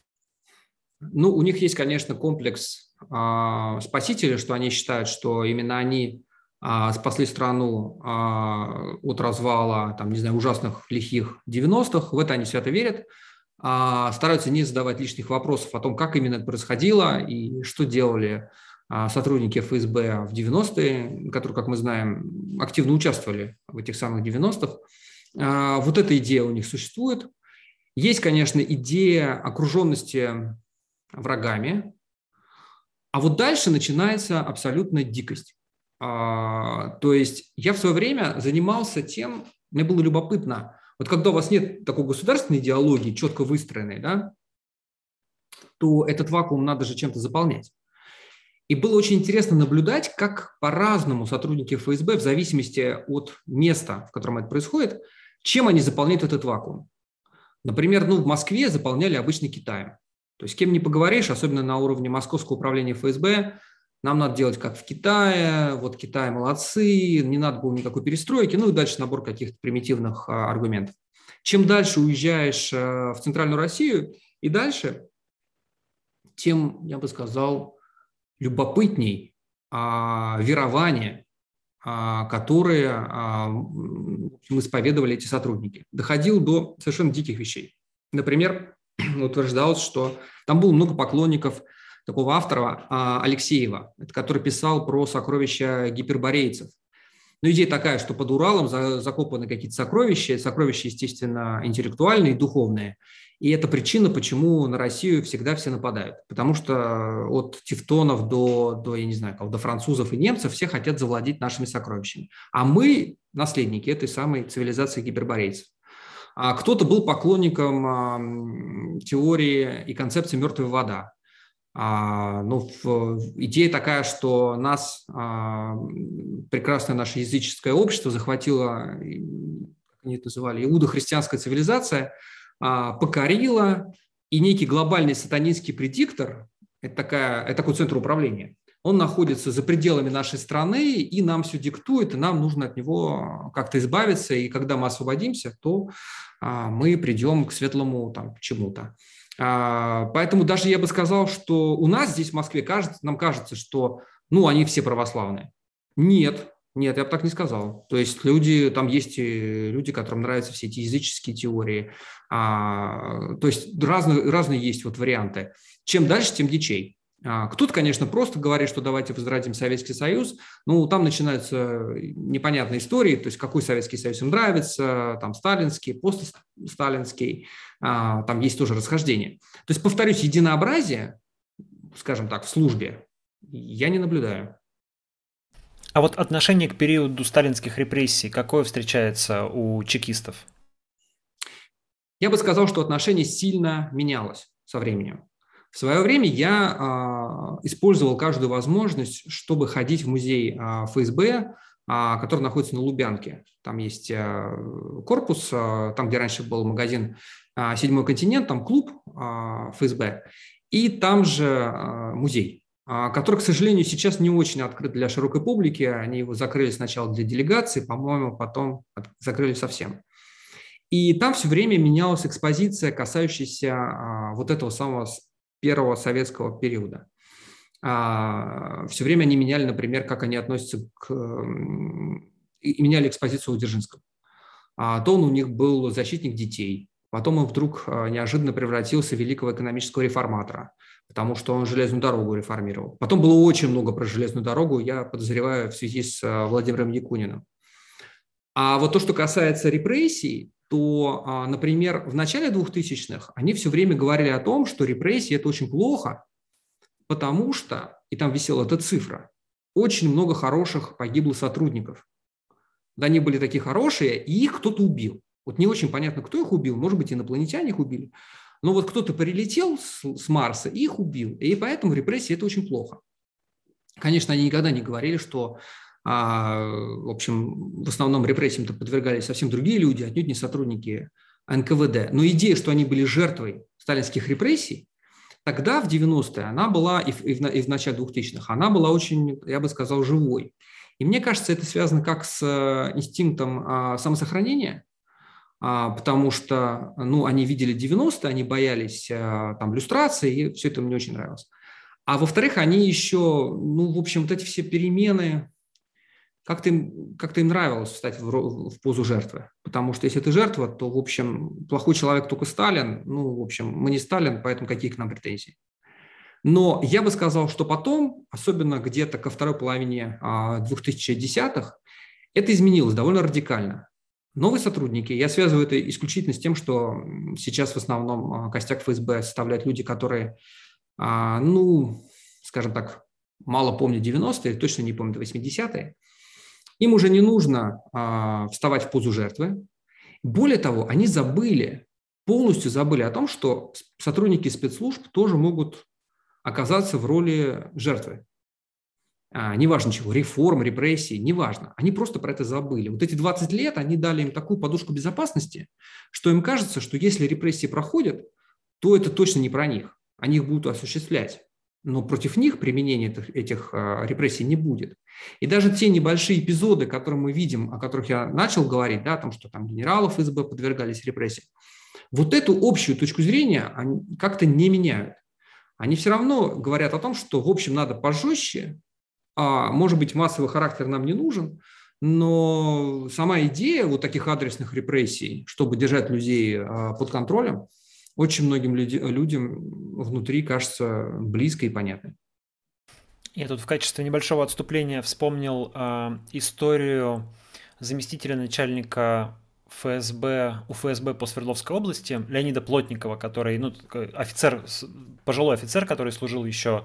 Ну, у них есть, конечно, комплекс спасителей, что они считают, что именно они спасли страну от развала, там, не знаю, ужасных лихих 90-х. В это они свято верят. Стараются не задавать лишних вопросов о том, как именно это происходило и что делали сотрудники ФСБ в 90-е, которые, как мы знаем, активно участвовали в этих самых 90-х. Вот эта идея у них существует. Есть, конечно, идея окруженности врагами, а вот дальше начинается абсолютная дикость. То есть я в свое время занимался тем, мне было любопытно, вот когда у вас нет такой государственной идеологии, четко выстроенной, да, то этот вакуум надо же чем-то заполнять. И было очень интересно наблюдать, как по-разному сотрудники ФСБ, в зависимости от места, в котором это происходит, чем они заполняют этот вакуум. Например, в Москве заполняли обычно Китаем. То есть с кем не поговоришь, особенно на уровне Московского управления ФСБ, нам надо делать как в Китае, вот Китай молодцы, не надо было никакой перестройки, ну и дальше набор каких-то примитивных аргументов. Чем дальше уезжаешь в Центральную Россию и дальше, тем, я бы сказал, любопытней верования, которые исповедовали эти сотрудники. Доходил до совершенно диких вещей. Например, утверждалось, что там было много поклонников такого автора Алексеева, который писал про сокровища гиперборейцев. Но идея такая, что под Уралом закопаны какие-то сокровища, естественно, интеллектуальные и духовные. И это причина, почему на Россию всегда все нападают. Потому что от тевтонов до я не знаю, до французов и немцев все хотят завладеть нашими сокровищами. А мы наследники этой самой цивилизации гиперборейцев. А кто-то был поклонником теории и концепции «мертвая вода». Идея такая, что нас, прекрасное наше языческое общество, захватило, как они это называли, иудо-христианская цивилизация, покорила, и некий глобальный сатанинский предиктор, это такой центр управления, он находится за пределами нашей страны, и нам все диктует, и нам нужно от него как-то избавиться, и когда мы освободимся, то мы придем к светлому чему-то. Поэтому даже я бы сказал, что у нас здесь в Москве нам кажется, что они все православные. Нет, нет, я бы так не сказал. То есть там есть люди, которым нравятся все эти языческие теории. То есть разные есть варианты. Чем дальше, тем дичей. Кто-то, конечно, просто говорит, что давайте возродим Советский Союз. Там начинаются непонятные истории, то есть какой Советский Союз им нравится, там сталинский, постсталинский, там есть тоже расхождение. То есть, повторюсь, единообразие, скажем так, в службе я не наблюдаю. А вот отношение к периоду сталинских репрессий какое встречается у чекистов? Я бы сказал, что отношение сильно менялось со временем. В свое время я использовал каждую возможность, чтобы ходить в музей ФСБ, который находится на Лубянке. Там есть корпус, там, где раньше был магазин «Седьмой континент», там клуб ФСБ, и там же музей, который, к сожалению, сейчас не очень открыт для широкой публики. Они его закрыли сначала для делегации, по-моему, потом закрыли совсем. И там все время менялась экспозиция, касающаяся вот этого самого первого советского периода. Все время они меняли, например, как они относятся и меняли экспозицию у Дзержинского. То он у них был защитник детей, потом он вдруг неожиданно превратился в великого экономического реформатора, потому что он железную дорогу реформировал. Потом было очень много про железную дорогу, я подозреваю, в связи с Владимиром Якуниным. А вот то, что касается репрессий, то, например, в начале 2000-х они все время говорили о том, что репрессии – это очень плохо, потому что, и там висела эта цифра, очень много хороших погибло сотрудников. Да, они были такие хорошие, и их кто-то убил. Вот не очень понятно, кто их убил, может быть, инопланетяне их убили, но вот кто-то прилетел с Марса и их убил, и поэтому репрессии – это очень плохо. Конечно, они никогда не говорили, что в общем, в основном репрессиям-то подвергались совсем другие люди, отнюдь не сотрудники НКВД. Но идея, что они были жертвой сталинских репрессий, тогда, в 90-е, она была, и в начале 2000-х, она была очень, я бы сказал, живой. И мне кажется, это связано как с инстинктом самосохранения, потому что они видели 90-е, они боялись там люстрации, и все это мне очень нравилось. А во-вторых, они еще, в общем, вот эти все перемены, как-то им нравилось встать в позу жертвы. Потому что если ты жертва, то, в общем, плохой человек только Сталин. В общем, мы не Сталин, поэтому какие к нам претензии? Но я бы сказал, что потом, особенно где-то ко второй половине 2010-х, это изменилось довольно радикально. Новые сотрудники, я связываю это исключительно с тем, что сейчас в основном костяк ФСБ составляют люди, которые, скажем так, мало помнят 90-е, точно не помнят 80-е. Им уже не нужно вставать в позу жертвы. Более того, они полностью забыли о том, что сотрудники спецслужб тоже могут оказаться в роли жертвы. Неважно чего, реформ, репрессий, неважно. Они просто про это забыли. Вот эти 20 лет они дали им такую подушку безопасности, что им кажется, что если репрессии проходят, то это точно не про них. Они их будут осуществлять. Но против них применения этих репрессий не будет. И даже те небольшие эпизоды, которые мы видим, о которых я начал говорить, да, о том, что там генералов ФСБ подвергались репрессиям, вот эту общую точку зрения они как-то не меняют. Они все равно говорят о том, что, в общем, надо пожестче, может быть, массовый характер нам не нужен, но сама идея вот таких адресных репрессий, чтобы держать людей под контролем, очень многим людям внутри кажется близкой и понятной. Я тут в качестве небольшого отступления вспомнил историю заместителя начальника ФСБ по Свердловской области Леонида Плотникова, который, офицер, пожилой офицер, который служил еще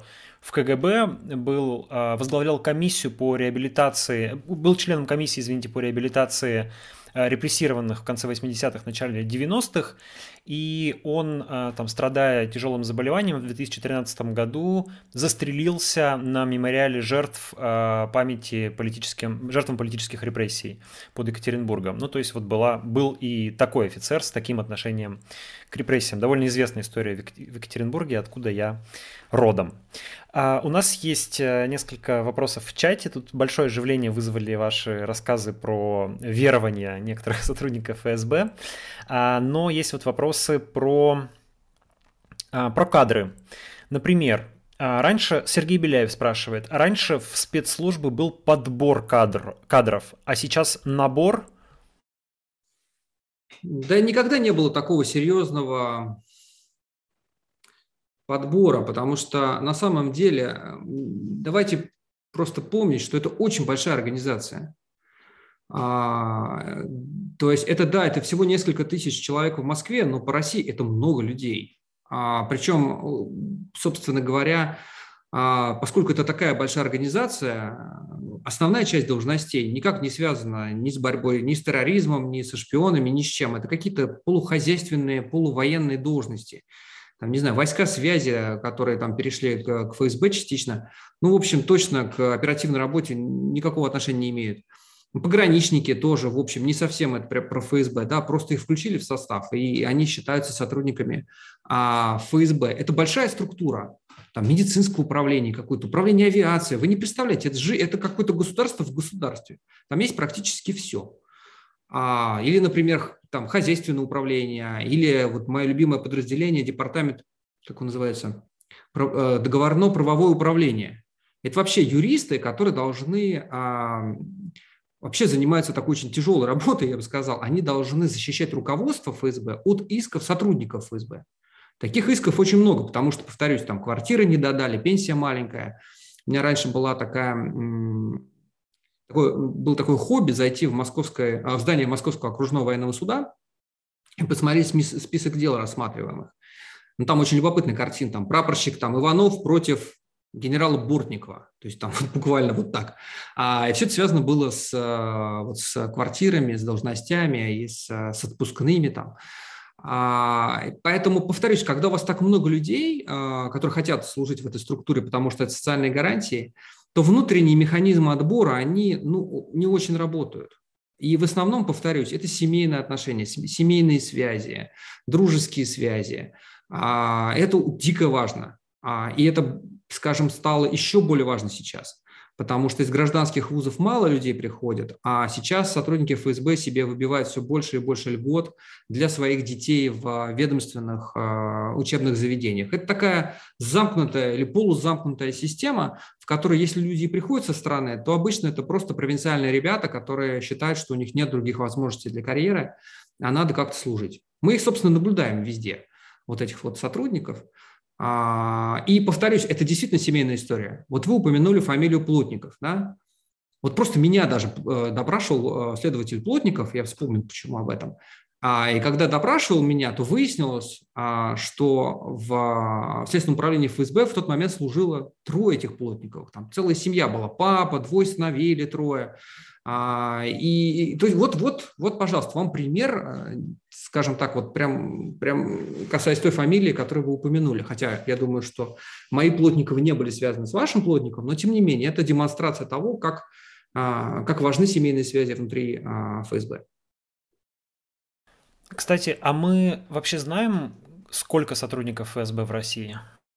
в КГБ, возглавлял комиссию по реабилитации, был членом комиссии, извините, по реабилитации репрессированных в конце 80-х, начале 90-х, и он, там, страдая тяжелым заболеванием, в 2013 году застрелился на мемориале жертв памяти жертвам политических репрессий под Екатеринбургом. Ну, то есть вот был и такой офицер с таким отношением к репрессиям. Довольно известная история в Екатеринбурге, откуда я родом. У нас есть несколько вопросов в чате. Тут большое оживление вызвали ваши рассказы про верование некоторых сотрудников ФСБ. Но есть вот вопросы про кадры. Например, раньше, Сергей Беляев спрашивает, раньше в спецслужбы был подбор кадров, а сейчас набор? Да никогда не было такого серьезного подбора, потому что на самом деле давайте просто помнить, что это очень большая организация. То есть это, да, это всего несколько тысяч человек в Москве, но по России это много людей. Причем, собственно говоря, поскольку это такая большая организация, основная часть должностей никак не связана ни с борьбой, ни с терроризмом, ни со шпионами, ни с чем. Это какие-то полухозяйственные, полувоенные должности. Там, не знаю, войска связи, которые там перешли к ФСБ частично, ну, в общем, точно к оперативной работе никакого отношения не имеют. Пограничники тоже, в общем, не совсем это про ФСБ, да, просто их включили в состав, и они считаются сотрудниками ФСБ. Это большая структура, там, медицинское управление какое-то, управление авиацией. Вы не представляете, это какое-то государство в государстве. Там есть практически все. Или, например, там, хозяйственное управление, или вот мое любимое подразделение, департамент, как он называется, договорно-правовое управление. Это вообще юристы, которые должны... вообще занимаются такой очень тяжелой работой, я бы сказал. Они должны защищать руководство ФСБ от исков сотрудников ФСБ. Таких исков очень много, потому что, повторюсь, там квартиры не додали, пенсия маленькая. У меня раньше был такое хобби зайти в здание Московского окружного военного суда и посмотреть список дел рассматриваемых. Ну, там очень любопытная картина. Там прапорщик Иванов против генерала Бортникова, то есть там буквально вот так. И все это связано было с квартирами, с должностями и с отпускными там. Поэтому, повторюсь, когда у вас так много людей, которые хотят служить в этой структуре, потому что это социальные гарантии, то внутренние механизмы отбора, они не очень работают. И в основном, повторюсь, это семейные отношения, семейные связи, дружеские связи. Это дико важно. И это, скажем, стало еще более важно сейчас, потому что из гражданских вузов мало людей приходят, а сейчас сотрудники ФСБ себе выбивают все больше и больше льгот для своих детей в ведомственных учебных заведениях. Это такая замкнутая или полузамкнутая система, в которой, если люди приходят со стороны, то обычно это просто провинциальные ребята, которые считают, что у них нет других возможностей для карьеры, а надо как-то служить. Мы их, собственно, наблюдаем везде, вот этих вот сотрудников. И, повторюсь, это действительно семейная история. Вот вы упомянули фамилию Плотников, да? Вот просто меня даже допрашивал следователь Плотников, я вспомнил, почему об этом. И когда допрашивал меня, то выяснилось, что в Следственном управлении ФСБ в тот момент служило 3 этих Плотниковых. Там целая семья была, папа, 2 сыновей или 3. То есть вот, пожалуйста, вам пример, скажем так, вот прям касаясь той фамилии, которую вы упомянули. Хотя я думаю, что мои Плотниковы не были связаны с вашим Плотниковым, но тем не менее это демонстрация того, как важны семейные связи внутри ФСБ. Кстати, а мы вообще знаем, сколько сотрудников ФСБ в России?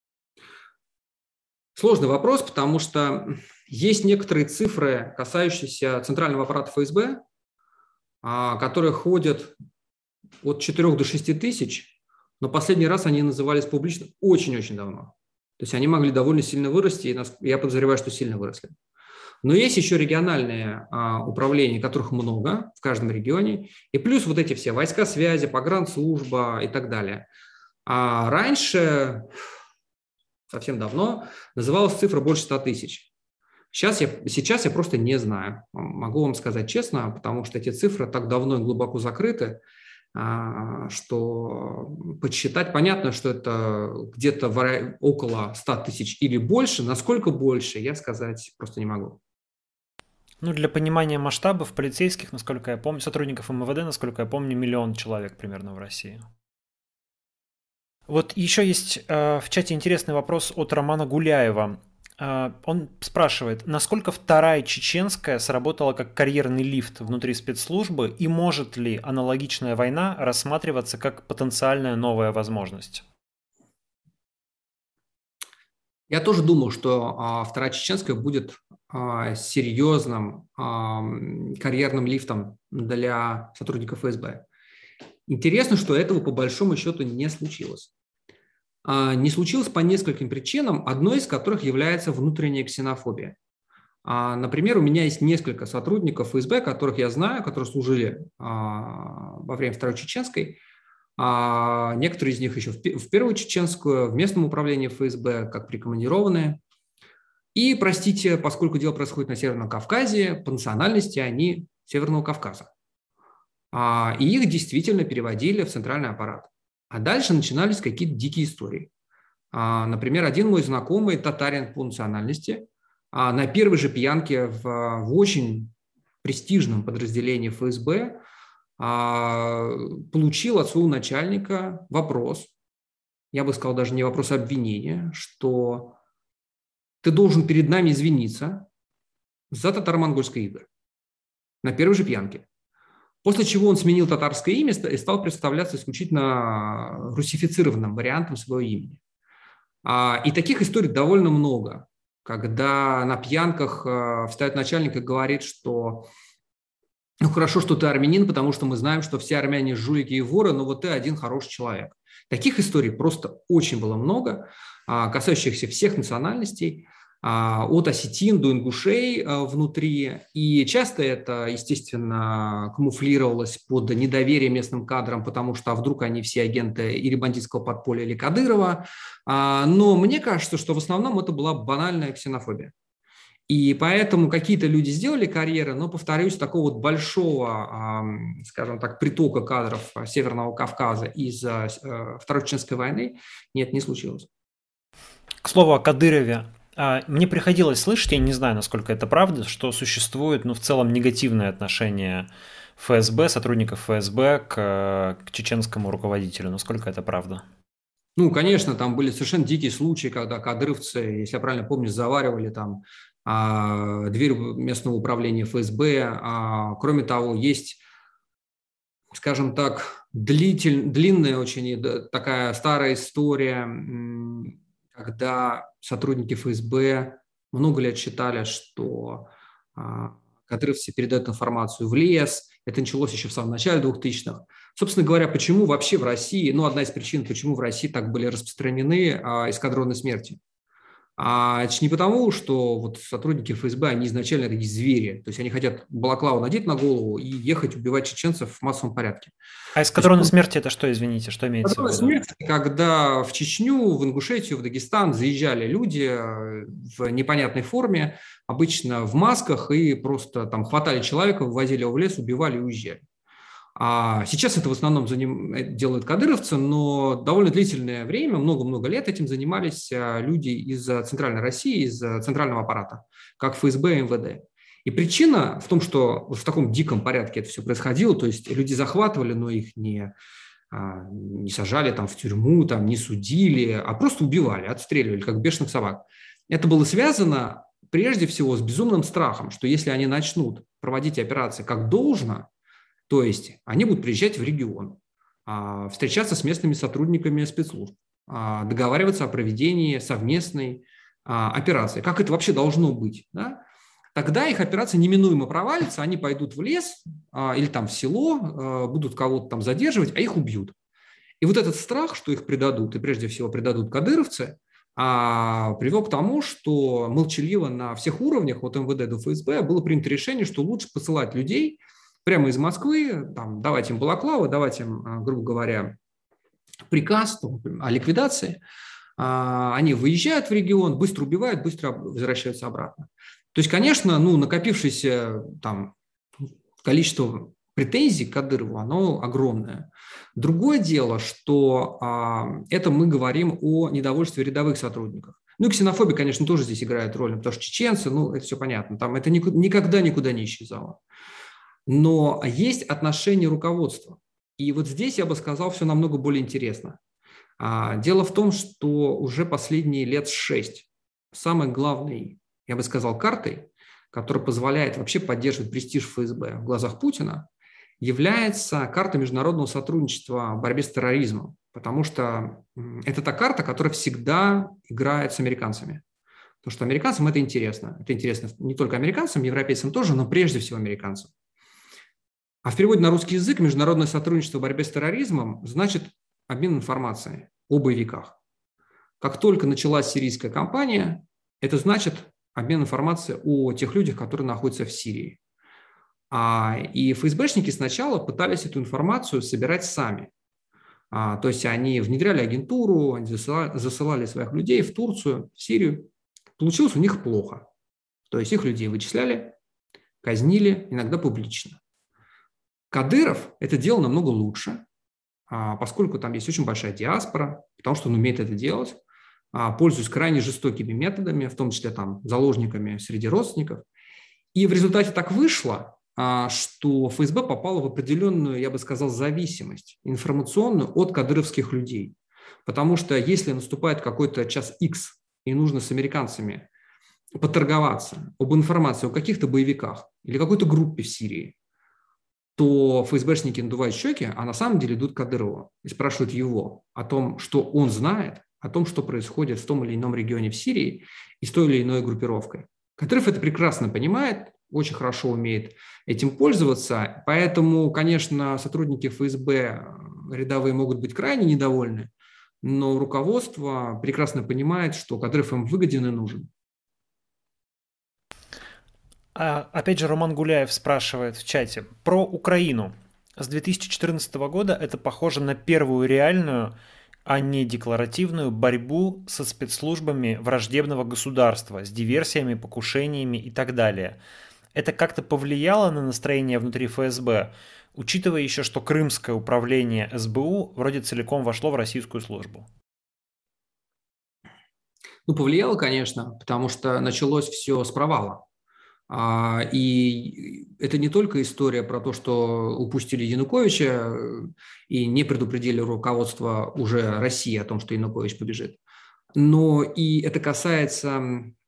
Сложный вопрос, потому что есть некоторые цифры, касающиеся центрального аппарата ФСБ, которые ходят от 4 до 6 тысяч, но последний раз они назывались публично очень-очень давно. То есть они могли довольно сильно вырасти, и я подозреваю, что сильно выросли. Но есть еще региональные управления, которых много в каждом регионе, и плюс вот эти все войска связи, погранслужба и так далее. А раньше, совсем давно, называлась цифра больше 100 тысяч. Сейчас я просто не знаю, могу вам сказать честно, потому что эти цифры так давно и глубоко закрыты. что подсчитать, понятно, что это где-то около 100 тысяч или больше. Насколько больше, я сказать просто не могу. Ну, для понимания масштабов полицейских, насколько я помню, сотрудников МВД, насколько я помню, 1 000 000 человек примерно в России. Вот еще есть в чате интересный вопрос от Романа Гуляева. Он спрашивает, насколько вторая чеченская сработала как карьерный лифт внутри спецслужбы и может ли аналогичная война рассматриваться как потенциальная новая возможность? Я тоже думал, что вторая чеченская будет серьезным карьерным лифтом для сотрудников ФСБ. Интересно, что этого по большому счету не случилось. Не случилось по нескольким причинам, одной из которых является внутренняя ксенофобия. Например, у меня есть несколько сотрудников ФСБ, которых я знаю, которые служили во время Второй Чеченской. Некоторые из них еще в Первую Чеченскую, в местном управлении ФСБ, как прикомандированные. И, простите, поскольку дело происходит на Северном Кавказе, по национальности они Северного Кавказа. И их действительно переводили в центральный аппарат. А дальше начинались какие-то дикие истории. Например, один мой знакомый, татарин по национальности, на первой же пьянке в очень престижном подразделении ФСБ получил от своего начальника вопрос, я бы сказал, даже не вопрос, а обвинения, что ты должен перед нами извиниться за татаро-монгольское имя на первой же пьянке. После чего он сменил татарское имя и стал представляться исключительно русифицированным вариантом своего имени. И таких историй довольно много, когда на пьянках встает начальник и говорит, что ну хорошо, что ты армянин, потому что мы знаем, что все армяне жулики и воры, но вот ты один хороший человек. Таких историй просто очень было много, касающихся всех национальностей, от осетин до ингушей внутри. И часто это, естественно, камуфлировалось под недоверие местным кадрам, потому что вдруг они все агенты или бандитского подполья, или Кадырова. Но мне кажется, что в основном это была банальная ксенофобия. И поэтому какие-то люди сделали карьеры, но, повторюсь, такого вот большого, скажем так, притока кадров Северного Кавказа из Второй Чеченской войны нет, не случилось. К слову о Кадырове. Мне приходилось слышать, я не знаю, насколько это правда, что существует, в целом негативное отношение ФСБ, сотрудников ФСБ к чеченскому руководителю. Насколько это правда? Ну, конечно, там были совершенно дикие случаи, когда кадыровцы, если я правильно помню, заваривали там дверь местного управления ФСБ. Кроме того, есть, скажем так, длинная очень такая старая история, когда сотрудники ФСБ много лет считали, что кадыровцы передают информацию в лес. Это началось еще в самом начале 2000-х. Собственно говоря, почему вообще в России, одна из причин, почему в России так были распространены эскадроны смерти. Это же не потому, что вот сотрудники ФСБ, они изначально такие звери, то есть они хотят балаклаву надеть на голову и ехать убивать чеченцев в массовом порядке. А эскадроны смерти это что, извините, что имеется в Эскадроны виду? смерти, когда в Чечню, в Ингушетию, в Дагестан заезжали люди в непонятной форме, обычно в масках, и просто там хватали человека, вывозили его в лес, убивали и уезжали. Сейчас это в основном делают кадыровцы, но довольно длительное время, много-много лет этим занимались люди из Центральной России, из центрального аппарата, как ФСБ и МВД. И причина в том, что вот в таком диком порядке это все происходило, то есть люди захватывали, но их не сажали там в тюрьму, там, не судили, а просто убивали, отстреливали, как бешеных собак. Это было связано прежде всего с безумным страхом, что если они начнут проводить операции как должно, то есть они будут приезжать в регион, встречаться с местными сотрудниками спецслужб, договариваться о проведении совместной операции. Как это вообще должно быть? Да? Тогда их операция неминуемо провалится, они пойдут в лес или там в село, будут кого-то там задерживать, а их убьют. И вот этот страх, что их предадут, и прежде всего предадут кадыровцы, привел к тому, что молчаливо на всех уровнях, от МВД до ФСБ, было принято решение, что лучше посылать людей прямо из Москвы, там, давать им балаклавы, давать им, грубо говоря, приказ о ликвидации. Они выезжают в регион, быстро убивают, быстро возвращаются обратно. То есть, конечно, накопившееся там количество претензий к Кадырову, оно огромное. Другое дело, что это мы говорим о недовольстве рядовых сотрудников. Ну и ксенофобия, конечно, тоже здесь играет роль, потому что чеченцы, ну, это все понятно, там это никогда никуда не исчезало. Но есть отношение руководства. И вот здесь, я бы сказал, все намного более интересно. Дело в том, что уже последние лет 6 самой главной, я бы сказал, картой, которая позволяет вообще поддерживать престиж ФСБ в глазах Путина, является карта международного сотрудничества в борьбе с терроризмом, потому что это та карта, которая всегда играет с американцами. Потому что американцам это интересно. Это интересно не только американцам, европейцам тоже, но прежде всего американцам. А в переводе на русский язык международное сотрудничество в борьбе с терроризмом значит обмен информацией о боевиках. Как только началась сирийская кампания, это значит обмен информацией о тех людях, которые находятся в Сирии. И ФСБшники сначала пытались эту информацию собирать сами. То есть они внедряли агентуру, они засылали своих людей в Турцию, в Сирию. Получилось у них плохо. То есть их людей вычисляли, казнили, иногда публично. Кадыров это делал намного лучше, поскольку там есть очень большая диаспора, потому что он умеет это делать, пользуясь крайне жестокими методами, в том числе там заложниками среди родственников. И в результате так вышло, что ФСБ попало в определенную, я бы сказал, зависимость информационную от кадыровских людей. Потому что если наступает какой-то час X и нужно с американцами поторговаться об информации о каких-то боевиках или какой-то группе в Сирии, то ФСБшники надувают щеки, а на самом деле идут к Кадырову и спрашивают его о том, что он знает, о том, что происходит в том или ином регионе в Сирии и с той или иной группировкой. Кадыров это прекрасно понимает, очень хорошо умеет этим пользоваться, поэтому, конечно, сотрудники ФСБ рядовые могут быть крайне недовольны, но руководство прекрасно понимает, что Кадыров им выгоден и нужен. Опять же, Роман Гуляев спрашивает в чате про Украину. С 2014 года это похоже на первую реальную, а не декларативную борьбу со спецслужбами враждебного государства, с диверсиями, покушениями и так далее. Это как-то повлияло на настроение внутри ФСБ, учитывая еще, что крымское управление СБУ вроде целиком вошло в российскую службу? Ну, повлияло, конечно, потому что началось все с провала. И это не только история про то, что упустили Януковича и не предупредили руководство уже России о том, что Янукович побежит, но и это касается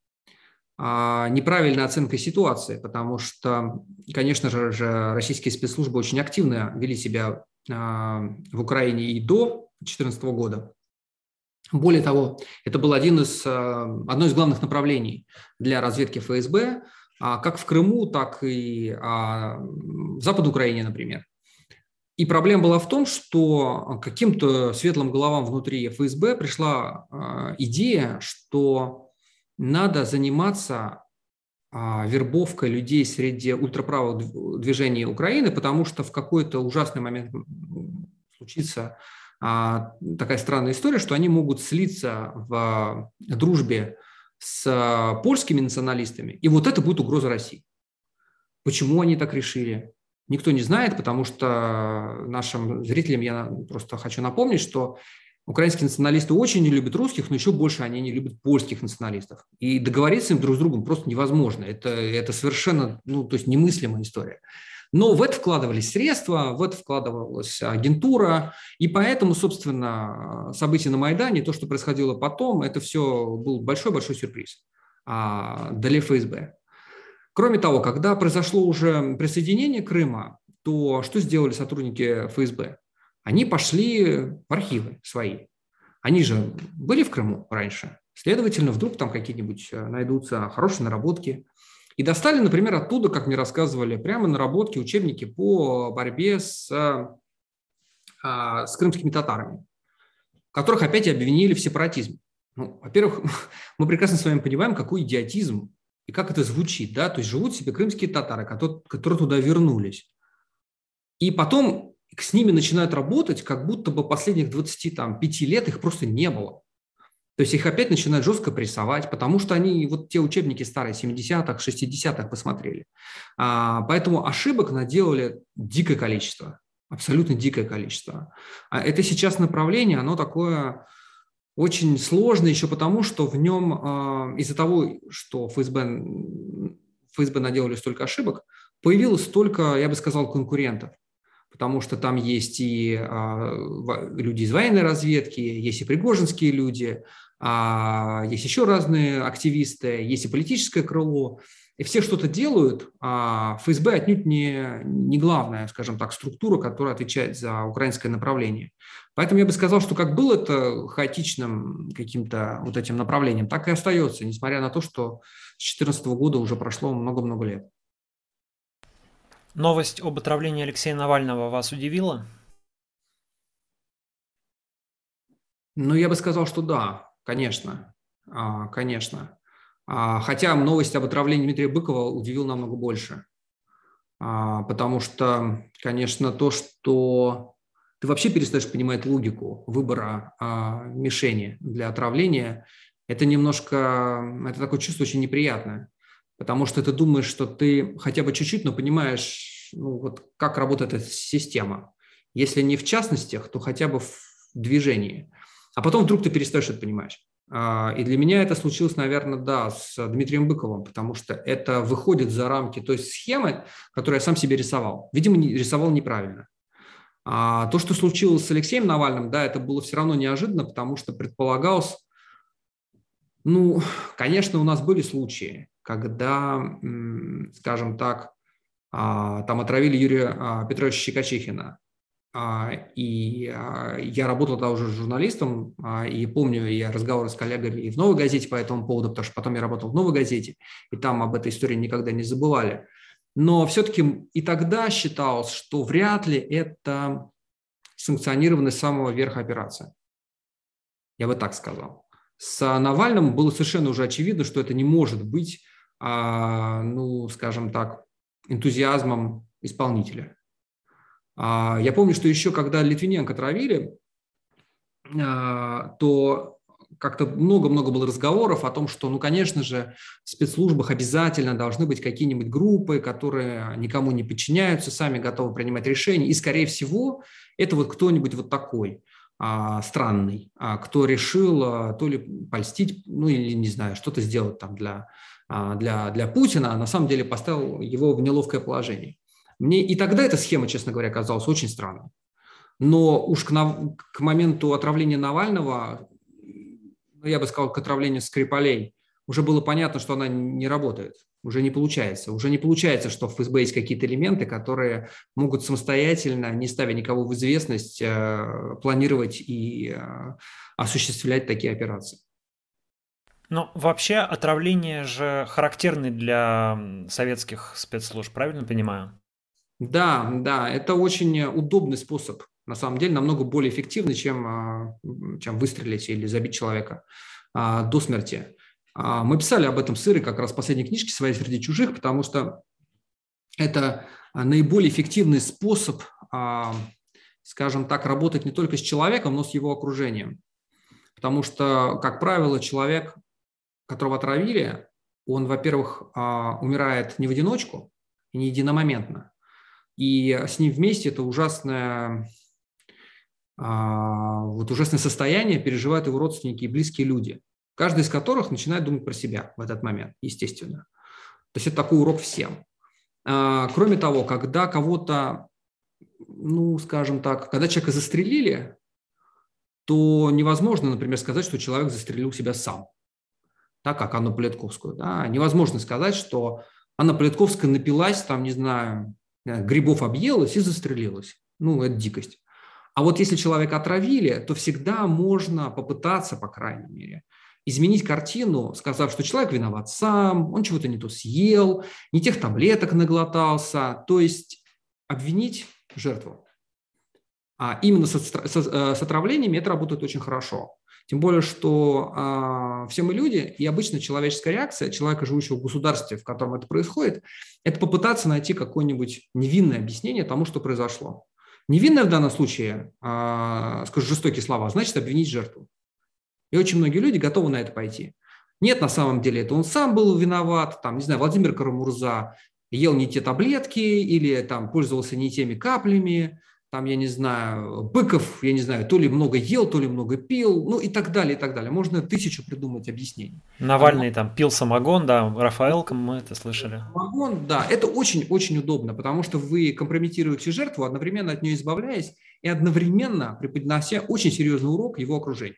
неправильной оценки ситуации, потому что, конечно же, российские спецслужбы очень активно вели себя в Украине и до 2014 года. Более того, это был одно из главных направлений для разведки ФСБ, как в Крыму, так и в Западной Украине, например. И проблема была в том, что каким-то светлым головам внутри ФСБ пришла идея, что надо заниматься вербовкой людей среди ультраправых движений Украины, потому что в какой-то ужасный момент случится такая странная история, что они могут слиться в дружбе с польскими националистами, и вот это будет угроза России. Почему они так решили? Никто не знает, потому что нашим зрителям я просто хочу напомнить, что украинские националисты очень не любят русских, но еще больше они не любят польских националистов. И договориться им друг с другом просто невозможно. Это совершенно то есть немыслимая история. Но в это вкладывались средства, в это вкладывалась агентура, и поэтому, собственно, события на Майдане, то, что происходило потом, это все был большой-большой сюрприз для ФСБ. Кроме того, когда произошло уже присоединение Крыма, то что сделали сотрудники ФСБ? Они пошли в архивы свои. Они же были в Крыму раньше, следовательно, вдруг там какие-нибудь найдутся хорошие наработки. И достали, например, оттуда, как мне рассказывали, прямо наработки, учебники по борьбе с крымскими татарами, которых опять обвинили в сепаратизме. Во-первых, мы прекрасно с вами понимаем, какой идиотизм и как это звучит. Да? То есть живут себе крымские татары, которые туда вернулись. И потом с ними начинают работать, как будто бы последних 25 лет их просто не было. То есть их опять начинают жестко прессовать, потому что они вот те учебники старые, 70-х, 60-х посмотрели. Поэтому ошибок наделали дикое количество, абсолютно дикое количество. А это сейчас направление, оно такое очень сложное еще потому, что в нем из-за того, что ФСБ наделали столько ошибок, появилось столько, я бы сказал, конкурентов. Потому что там есть и люди из военной разведки, есть и пригожинские люди, есть еще разные активисты, есть и политическое крыло. И все что-то делают, а ФСБ отнюдь не главная, скажем так, структура, которая отвечает за украинское направление. Поэтому я бы сказал, что как было это хаотичным каким-то вот этим направлением, так и остается, несмотря на то, что с 2014 года уже прошло много-много лет. Новость об отравлении Алексея Навального вас удивила? Ну, я бы сказал, что да, конечно, конечно. Хотя новость об отравлении Дмитрия Быкова удивила намного больше. Потому что, конечно, то, что ты вообще перестаешь понимать логику выбора мишени для отравления, это такое чувство очень неприятное. Потому что ты думаешь, что ты хотя бы чуть-чуть, но понимаешь, ну, вот как работает эта система. Если не в частностях, то хотя бы в движении. А потом вдруг ты перестаешь это понимать. И для меня это случилось, наверное, да, с Дмитрием Быковым, потому что это выходит за рамки той схемы, которую я сам себе рисовал. Видимо, рисовал неправильно. А то, что случилось с Алексеем Навальным, да, это было все равно неожиданно, потому что предполагалось, ну, конечно, у нас были случаи, когда, скажем так, там отравили Юрия Петровича Щекочихина. Я работал тогда уже журналистом, и помню я разговоры с коллегами и в «Новой газете» по этому поводу, потому что потом я работал в «Новой газете», и там об этой истории никогда не забывали. Но все-таки и тогда считалось, что вряд ли это санкционированная с самого верха операция. Я бы так сказал. С Навальным было совершенно уже очевидно, что это не может быть, ну, скажем так, энтузиазмом исполнителя. Я помню, что еще когда Литвиненко травили, то как-то много-много было разговоров о том, что, ну, конечно же, в спецслужбах обязательно должны быть какие-нибудь группы, которые никому не подчиняются, сами готовы принимать решения. И, скорее всего, это вот кто-нибудь вот такой странный, кто решил то ли польстить, ну, или, не знаю, что-то сделать там для Путина, а на самом деле поставил его в неловкое положение. Мне и тогда эта схема, честно говоря, казалась очень странной. Но уж к моменту отравления Навального, ну, я бы сказал, к отравлению Скрипалей, уже было понятно, что она не работает, уже не получается. Уже не получается, что в ФСБ есть какие-то элементы, которые могут самостоятельно, не ставя никого в известность, планировать и осуществлять такие операции. Но вообще отравление же характерны для советских спецслужб, правильно понимаю? Да, да, это очень удобный способ, на самом деле, намного более эффективный, чем выстрелить или забить человека до смерти. Мы писали об этом с Ирой как раз в последней книжке «Свои среди чужих», потому что это наиболее эффективный способ, скажем так, работать не только с человеком, но с его окружением. Потому что, как правило, человек, которого отравили, он, во-первых, умирает не в одиночку и не единомоментно, и с ним вместе это ужасное состояние переживают его родственники и близкие люди, каждый из которых начинает думать про себя в этот момент, естественно. То есть это такой урок всем. Кроме того, когда кого-то, ну, скажем так, когда человека застрелили, то невозможно, например, сказать, что человек застрелил себя сам, так как Анну Политковскую. Да? Невозможно сказать, что Анна Политковская напилась, там, не знаю, грибов объелась и застрелилась. Ну, это дикость. А вот если человека отравили, то всегда можно попытаться, по крайней мере, изменить картину, сказав, что человек виноват сам, он чего-то не то съел, не тех таблеток наглотался, то есть обвинить жертву. А именно с отравлениями это работает очень хорошо. Тем более, что все мы люди, и обычно человеческая реакция человека, живущего в государстве, в котором это происходит, это попытаться найти какое-нибудь невинное объяснение тому, что произошло. Невинное в данном случае, скажу жестокие слова, значит обвинить жертву. И очень многие люди готовы на это пойти. Нет, на самом деле, это он сам был виноват, там, не знаю, Владимир Карамурза ел не те таблетки или там пользовался не теми каплями, там, я не знаю, Быков, я не знаю, то ли много ел, то ли много пил, ну и так далее, и так далее. Можно тысячу придумать объяснений. Навальный там пил самогон, да, Рафаэлка, мы это слышали. Самогон, да, это очень-очень удобно, потому что вы компрометируете жертву, одновременно от нее избавляясь и одновременно преподнося очень серьезный урок его окружению.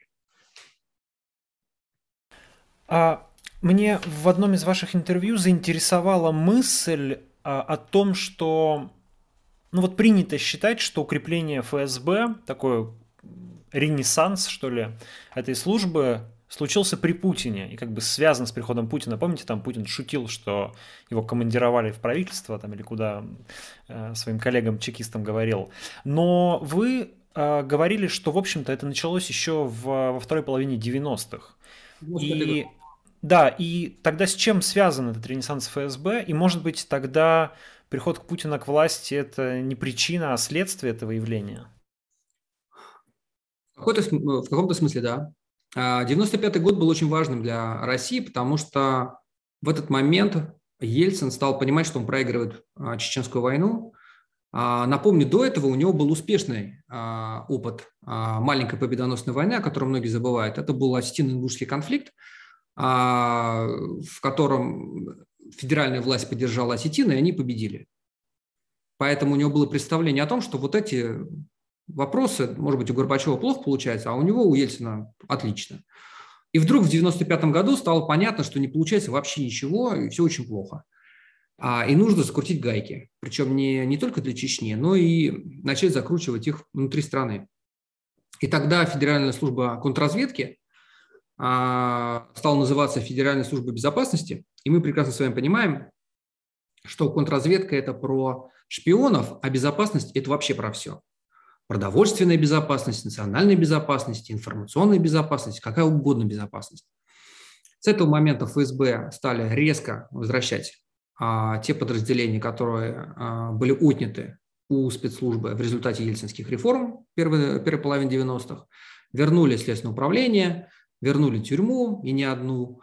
А мне в одном из ваших интервью заинтересовала мысль о том, что ну вот принято считать, что укрепление ФСБ, такой ренессанс, что ли, этой службы случился при Путине и как бы связан с приходом Путина. Помните, там Путин шутил, что его командировали в правительство там, или куда своим коллегам-чекистам говорил. Но вы говорили, что, в общем-то, это началось еще во второй половине 90-х. 95 год. И да, и тогда с чем связан этот ренессанс ФСБ? И, может быть, тогда приход к Путина к власти – это не причина, а следствие этого явления? В каком-то смысле, да. 95-й год был очень важным для России, потому что в этот момент Ельцин стал понимать, что он проигрывает Чеченскую войну. Напомню, до этого у него был успешный опыт маленькой победоносной войны, о которой многие забывают. Это был осетино-ингушский конфликт, в котором федеральная власть поддержала осетины, и они победили. Поэтому у него было представление о том, что вот эти вопросы, может быть, у Горбачева плохо получается, а у него, у Ельцина, отлично. И вдруг в 95 году стало понятно, что не получается вообще ничего, и все очень плохо. И нужно закрутить гайки. Причем не только для Чечни, но и начать закручивать их внутри страны. И тогда Федеральная служба контрразведки стала называться Федеральной службой безопасности. И мы прекрасно с вами понимаем, что контрразведка – это про шпионов, а безопасность – это вообще про все. Продовольственная безопасность, национальная безопасность, информационная безопасность, какая угодно безопасность. С этого момента ФСБ стали резко возвращать те подразделения, которые были отняты у спецслужбы в результате ельцинских реформ первой половины 90-х, вернули Следственное управление, вернули тюрьму, и не одну,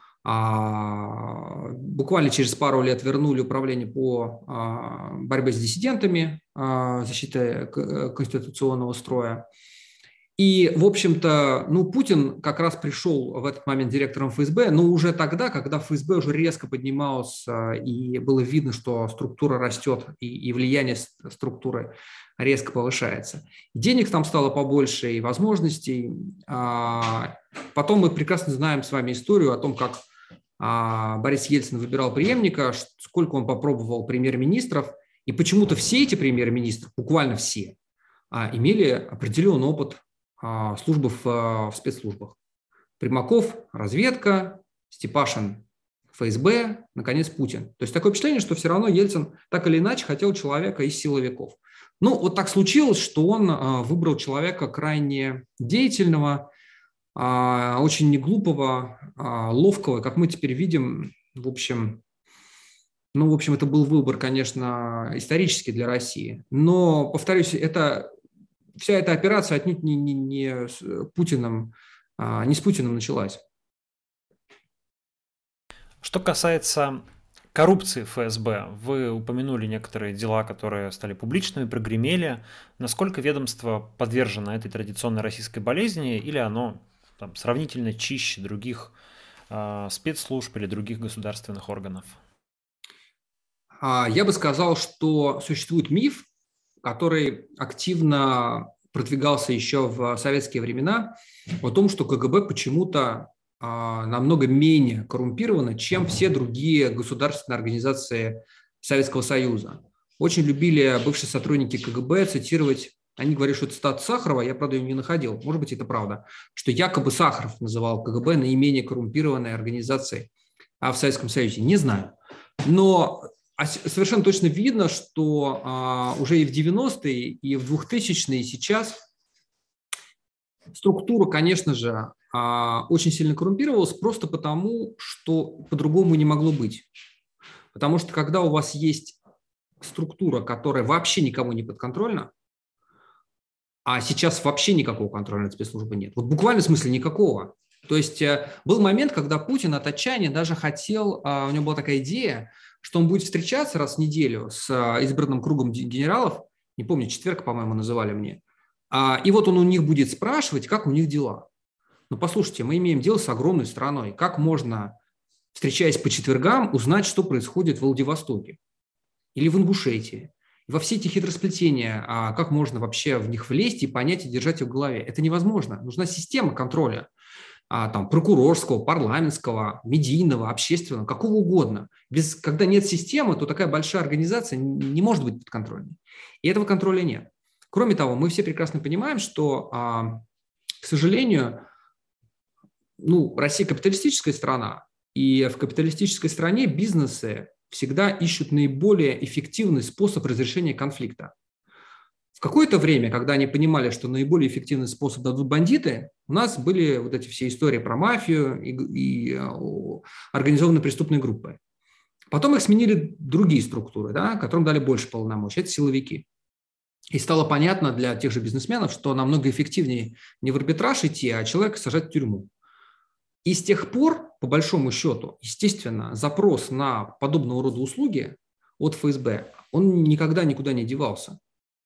буквально через пару лет вернули управление по борьбе с диссидентами, защитой конституционного строя. И, в общем-то, Путин как раз пришел в этот момент директором ФСБ, но уже тогда, когда ФСБ уже резко поднимался, и было видно, что структура растет, и влияние структуры резко повышается. Денег там стало побольше, и возможностей. Потом мы прекрасно знаем с вами историю о том, как Борис Ельцин выбирал преемника, сколько он попробовал премьер-министров, и почему-то все эти премьер-министры, буквально все, имели определенный опыт службы в спецслужбах. Примаков – разведка, Степашин – ФСБ, наконец, Путин. То есть такое впечатление, что все равно Ельцин так или иначе хотел человека из силовиков. Вот так случилось, что он выбрал человека крайне деятельного, очень неглупого, ловкого, как мы теперь видим. В общем, это был выбор, конечно, исторический для России. Но, повторюсь, вся эта операция отнюдь не с Путиным началась. Что касается коррупции ФСБ, вы упомянули некоторые дела, которые стали публичными, прогремели. Насколько ведомство подвержено этой традиционной российской болезни, или оно там сравнительно чище других спецслужб или других государственных органов? Я бы сказал, что существует миф, который активно продвигался еще в советские времена, о том, что КГБ почему-то намного менее коррумпировано, чем все другие государственные организации Советского Союза. Очень любили бывшие сотрудники КГБ цитировать, они говорили, что это цитата Сахарова, я, правда, ее не находил, может быть, это правда, что якобы Сахаров называл КГБ наименее коррумпированной организацией в Советском Союзе. Не знаю. Но совершенно точно видно, что уже и в 90-е, и в 2000-е, и сейчас структура, конечно же, очень сильно коррумпировалась просто потому, что по-другому не могло быть. Потому что когда у вас есть структура, которая вообще никому не подконтрольна, а сейчас вообще никакого контроля над спецслужбой нет, вот буквально в смысле никакого, То есть был момент, когда Путин от отчаяния даже хотел, у него была такая идея, что он будет встречаться раз в неделю с избранным кругом генералов, не помню, четверг, по-моему, называли мне, и вот он у них будет спрашивать, как у них дела. Ну, послушайте, мы имеем дело с огромной страной. Как можно, встречаясь по четвергам, узнать, что происходит в Владивостоке или в Ингушетии? Во все эти хитросплетения, как можно вообще в них влезть и понять и держать их в голове? Это невозможно. Нужна система контроля. Там, прокурорского, парламентского, медийного, общественного, какого угодно. Когда нет системы, то такая большая организация не может быть подконтрольной. И этого контроля нет. Кроме того, мы все прекрасно понимаем, что, к сожалению, Россия капиталистическая страна, и в капиталистической стране бизнесы всегда ищут наиболее эффективный способ разрешения конфликта. В какое-то время, когда они понимали, что наиболее эффективный способ дадут бандиты, у нас были вот эти все истории про мафию и организованные преступные группы. Потом их сменили другие структуры, которым дали больше полномочий. Это силовики. И стало понятно для тех же бизнесменов, что намного эффективнее не в арбитраж идти, а человека сажать в тюрьму. И с тех пор, по большому счету, естественно, запрос на подобного рода услуги от ФСБ, он никогда никуда не девался.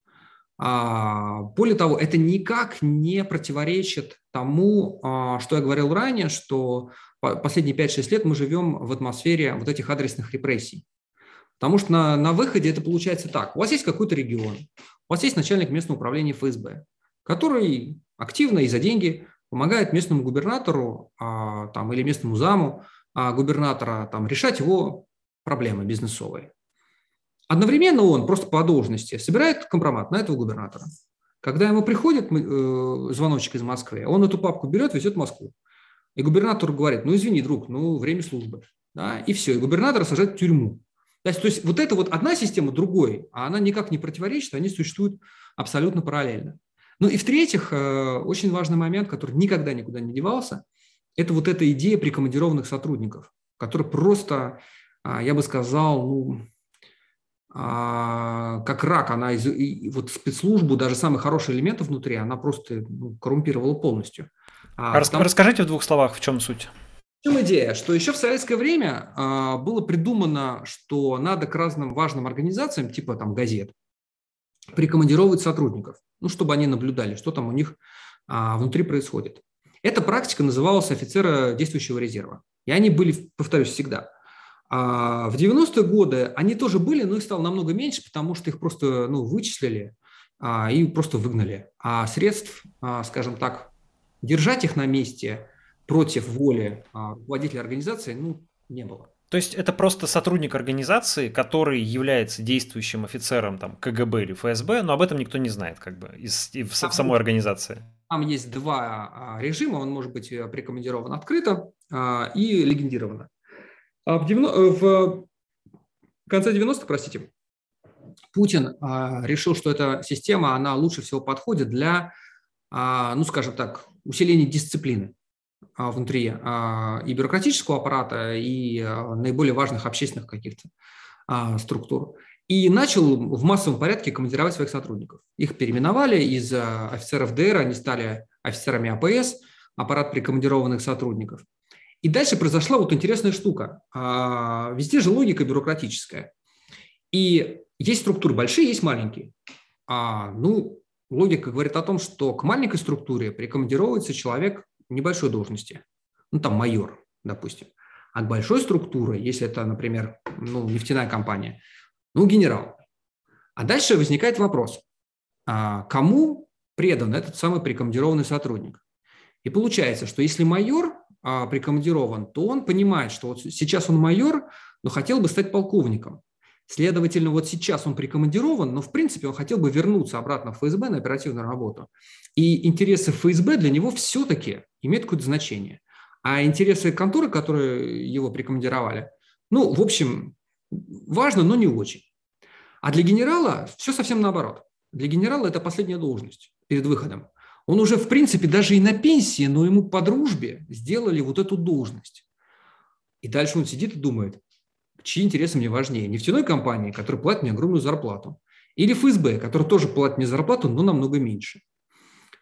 Более того, это никак не противоречит тому, что я говорил ранее, что последние 5-6 лет мы живем в атмосфере вот этих адресных репрессий. Потому что на выходе это получается так. У вас есть какой-то регион, у вас есть начальник местного управления ФСБ, который активно и за деньги помогает местному губернатору или местному заму губернатора решать его проблемы бизнесовые. Одновременно он просто по должности собирает компромат на этого губернатора. Когда ему приходит звоночек из Москвы, он эту папку берет, везет в Москву. И губернатор говорит, извини, друг, время службы. И все, и губернатора сажают в тюрьму. То есть вот это вот одна система другой, а она никак не противоречит, они существуют абсолютно параллельно. И в-третьих, очень важный момент, который никогда никуда не девался, это вот эта идея прикомандированных сотрудников, которая просто, я бы сказал, как рак, она вот спецслужбу, даже самые хорошие элементы внутри, она просто коррумпировала полностью. Расскажите в 2 словах, в чем суть? В чем идея? Что еще в советское время было придумано, что надо к разным важным организациям, типа газет, прикомандировать сотрудников, чтобы они наблюдали, что там у них внутри происходит. Эта практика называлась офицеры действующего резерва. И они были, повторюсь, всегда. В 90-е годы они тоже были, но их стало намного меньше, потому что их просто вычислили и просто выгнали. А средств, скажем так, держать их на месте против воли руководителя организации не было. То есть это просто сотрудник организации, который является действующим офицером КГБ или ФСБ, но об этом никто не знает в самой организации. Там есть 2 режима, он может быть прикомандирован открыто и легендированно. В конце 90-х, Путин решил, что эта система, она лучше всего подходит для, скажем так, усиления дисциплины внутри и бюрократического аппарата, и наиболее важных общественных каких-то структур. И начал в массовом порядке командировать своих сотрудников. Их переименовали из офицеров ДР, они стали офицерами АПС, аппарат прикомандированных сотрудников. И дальше произошла вот интересная штука. Везде же логика бюрократическая. И есть структуры большие, есть маленькие. Логика говорит о том, что к маленькой структуре прикомандировывается человек небольшой должности. Майор, допустим. А к большой структуре, если это, например, нефтяная компания, генерал. А дальше возникает вопрос, кому предан этот самый прикомандированный сотрудник? И получается, что если майор прикомандирован, то он понимает, что вот сейчас он майор, но хотел бы стать полковником. Следовательно, вот сейчас он прикомандирован, но в принципе он хотел бы вернуться обратно в ФСБ на оперативную работу. И интересы ФСБ для него все-таки имеют какое-то значение. А интересы конторы, которые его прикомандировали, в общем, важно, но не очень. А для генерала все совсем наоборот. Для генерала это последняя должность перед выходом. Он уже, в принципе, даже и на пенсии, но ему по дружбе сделали вот эту должность. И дальше он сидит и думает, чьи интересы мне важнее? Нефтяной компании, которая платит мне огромную зарплату, или ФСБ, которая тоже платит мне зарплату, но намного меньше.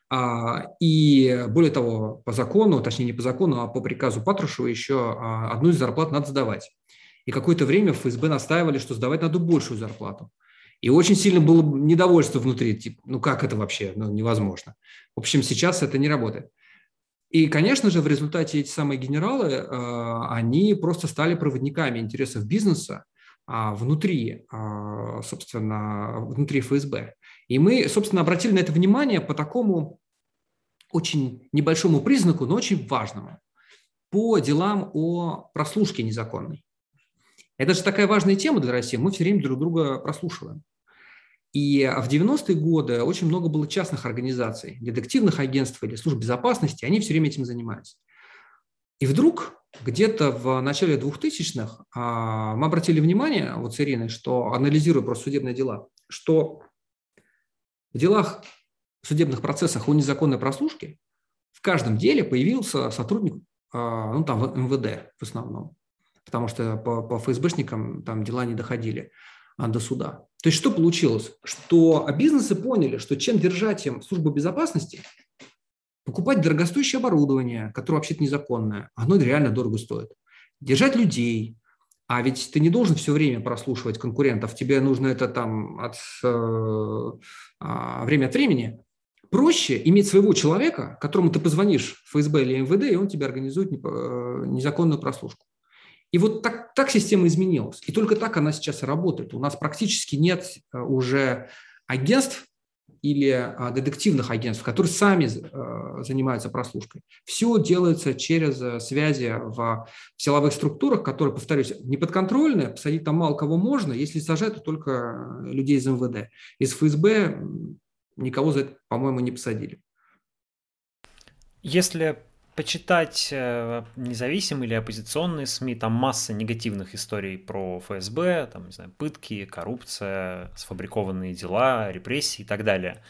И более того, по закону, точнее не по закону, а по приказу Патрушева еще одну из зарплат надо сдавать. И какое-то время в ФСБ настаивали, что сдавать надо большую зарплату. И очень сильно было недовольство внутри, типа, ну как это вообще, ну невозможно. В общем, сейчас это не работает. И, конечно же, в результате эти самые генералы, они просто стали проводниками интересов бизнеса внутри, собственно, внутри ФСБ. И мы, собственно, обратили на это внимание по такому очень небольшому признаку, но очень важному, по делам о прослушке незаконной. Это же такая важная тема для России, мы все время друг друга прослушиваем. И в 90-е годы очень много было частных организаций, детективных агентств или служб безопасности, они все время этим занимаются. И вдруг где-то в начале 2000-х мы обратили внимание, вот с Ириной, что, анализируя просто судебные дела, что в делах, в судебных процессах о незаконной прослушке в каждом деле появился сотрудник, ну там в МВД в основном, потому что по ФСБшникам там дела не доходили до суда. То есть что получилось? Что бизнесы поняли, что чем держать им службу безопасности, покупать дорогостоящее оборудование, которое вообще-то незаконное, оно реально дорого стоит. Держать людей, а ведь ты не должен все время прослушивать конкурентов, тебе нужно это там время от времени. Проще иметь своего человека, которому ты позвонишь в ФСБ или МВД, и он тебе организует незаконную прослушку. И вот так система изменилась. И только так она сейчас и работает. У нас практически нет уже агентств или детективных агентств, которые сами занимаются прослушкой. Все делается через связи в силовых структурах, которые, повторюсь, не подконтрольны, посадить там мало кого можно, если сажать, то только людей из МВД. Из ФСБ никого за это, по-моему, не посадили. Если почитать независимые или оппозиционные СМИ, там масса негативных историй про ФСБ, там, не знаю, пытки, коррупция, сфабрикованные дела, репрессии и так далее.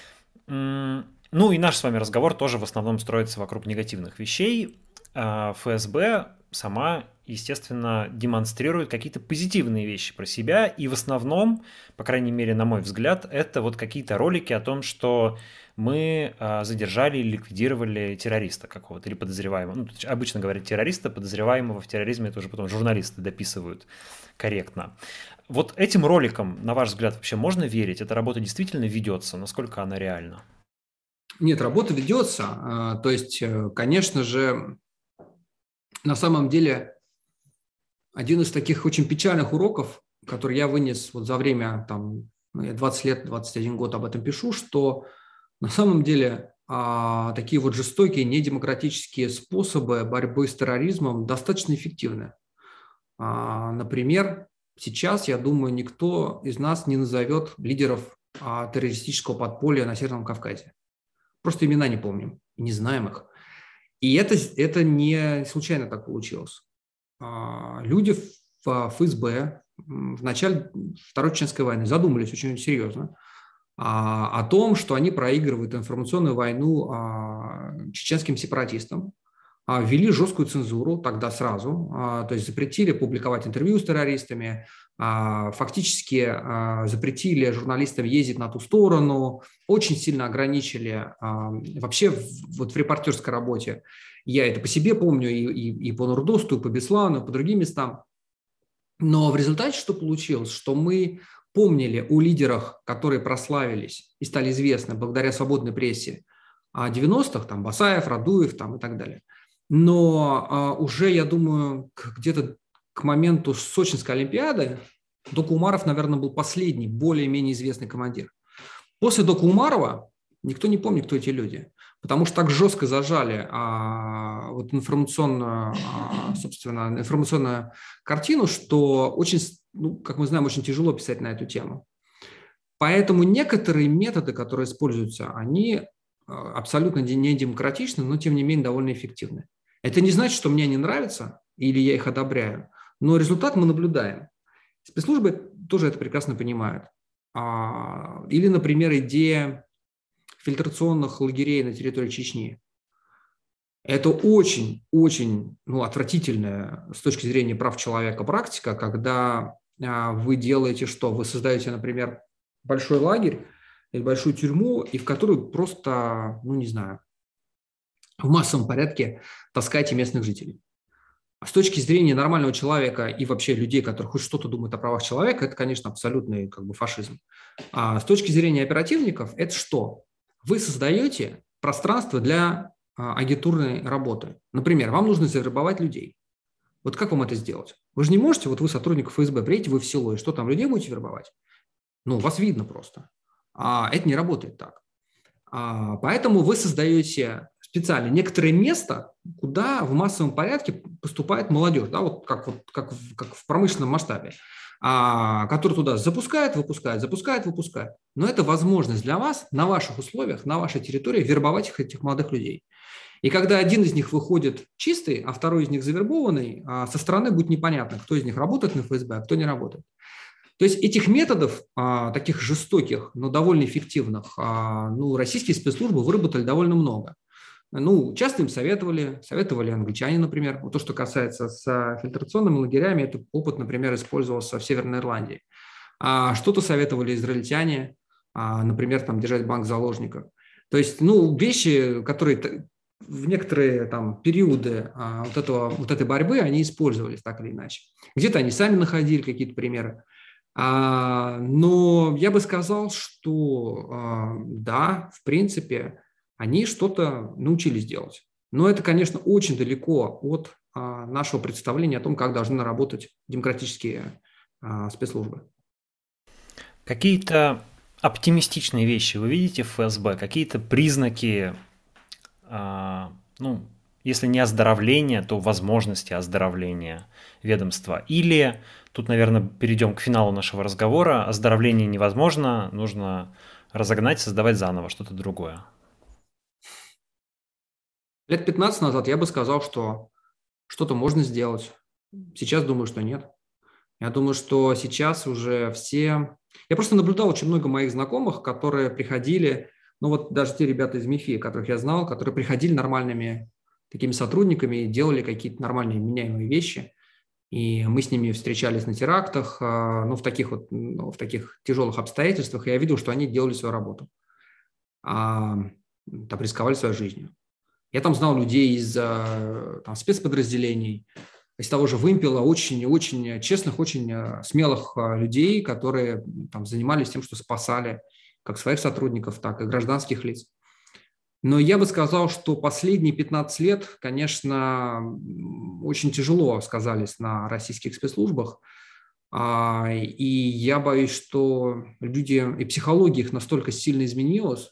Ну и наш с вами разговор тоже в основном строится вокруг негативных вещей. ФСБ сама, естественно, демонстрирует какие-то позитивные вещи про себя, и в основном, по крайней мере, на мой взгляд, это вот какие-то ролики о том, что мы задержали или ликвидировали террориста какого-то или подозреваемого. Ну, обычно говорят террориста, подозреваемого в терроризме, это уже потом журналисты дописывают корректно. Вот этим роликам, на ваш взгляд, вообще можно верить? Эта работа действительно ведется? Насколько она реальна? Нет, работа ведется. То есть, конечно же, на самом деле, один из таких очень печальных уроков, который я вынес вот за время, там, я 20 лет, 21 год об этом пишу, что на самом деле такие вот жестокие, недемократические способы борьбы с терроризмом достаточно эффективны. Например, сейчас, я думаю, никто из нас не назовет лидеров террористического подполья на Северном Кавказе. Просто имена не помним, не знаем их. И это не случайно так получилось. Люди в ФСБ в начале Второй Чеченской войны задумались очень серьезно о том, что они проигрывают информационную войну чеченским сепаратистам, ввели жесткую цензуру тогда сразу, то есть запретили публиковать интервью с террористами, фактически запретили журналистам ездить на ту сторону, очень сильно ограничили вообще вот в репортерской работе. Я это по себе помню и по Нурдосту, и по Беслану, и по другим местам. Но в результате что получилось? Что мы помнили о лидерах, которые прославились и стали известны благодаря свободной прессе 90-х, там Басаев, Радуев там, и так далее. Но уже, я думаю, где-то к моменту Сочинской Олимпиады Дока Умаров, наверное, был последний, более-менее известный командир. После Дока Умарова никто не помнит, кто эти люди, потому что так жестко зажали вот информационную, собственно, информационную картину, что очень, ну, как мы знаем, очень тяжело писать на эту тему. Поэтому некоторые методы, которые используются, они абсолютно не демократичны, но тем не менее довольно эффективны. Это не значит, что мне они нравятся или я их одобряю, но результат мы наблюдаем. Спецслужбы тоже это прекрасно понимают. Или, например, идея фильтрационных лагерей на территории Чечни. Это очень-очень отвратительная с точки зрения прав человека практика, когда вы делаете что? Вы создаете, например, большой лагерь, или большую тюрьму, и в которую просто, ну не знаю, в массовом порядке таскаете местных жителей. А с точки зрения нормального человека и вообще людей, которые хоть что-то думают о правах человека, это, конечно, абсолютный как бы фашизм. А с точки зрения оперативников, это что? Вы создаете пространство для агентурной работы. Например, вам нужно завербовать людей. Вот как вам это сделать? Вы же не можете, вот вы сотрудник ФСБ, приедете вы в село, и что там, людей будете вербовать? Ну, вас видно просто. А это не работает так. Поэтому вы создаете специально некоторое место, куда в массовом порядке поступает молодежь, да, как в промышленном масштабе, который туда запускает, выпускает, запускает, выпускает. Но это возможность для вас на ваших условиях, на вашей территории вербовать этих молодых людей. И когда один из них выходит чистый, а второй из них завербованный, со стороны будет непонятно, кто из них работает на ФСБ, а кто не работает. То есть этих методов, таких жестоких, но довольно эффективных, ну, российские спецслужбы выработали довольно много. Ну, часто им советовали англичане, например. Вот то, что касается с фильтрационными лагерями, этот опыт, например, использовался в Северной Ирландии. Что-то советовали израильтяне, например, там, держать банк заложников. То есть, ну, вещи, которые в некоторые там периоды вот этой борьбы они использовались так или иначе. Где-то они сами находили какие-то примеры. Но я бы сказал, что да, в принципе, они что-то научились делать. Но это, конечно, очень далеко от нашего представления о том, как должны работать демократические спецслужбы. Какие-то оптимистичные вещи вы видите в ФСБ? Какие-то признаки, ну, если не оздоровления, то возможности оздоровления ведомства? Или, тут, наверное, перейдем к финалу нашего разговора, оздоровление невозможно, нужно разогнать, создавать заново что-то другое. Лет 15 назад я бы сказал, что что-то можно сделать. Сейчас думаю, что нет. Я думаю, что сейчас уже все... Я просто наблюдал очень много моих знакомых, которые приходили, ну вот даже те ребята из МИФИ, которых я знал, которые приходили нормальными такими сотрудниками и делали какие-то нормальные меняемые вещи. И мы с ними встречались на терактах, ну, в таких тяжелых обстоятельствах, и я видел, что они делали свою работу, там рисковали своей жизнью. Я там знал людей из там, спецподразделений, из того же «Вымпела», очень честных, очень смелых людей, которые там занимались тем, что спасали как своих сотрудников, так и гражданских лиц. Но я бы сказал, что последние 15 лет, конечно, очень тяжело сказались на российских спецслужбах. И я боюсь, что люди, и психология их настолько сильно изменилась,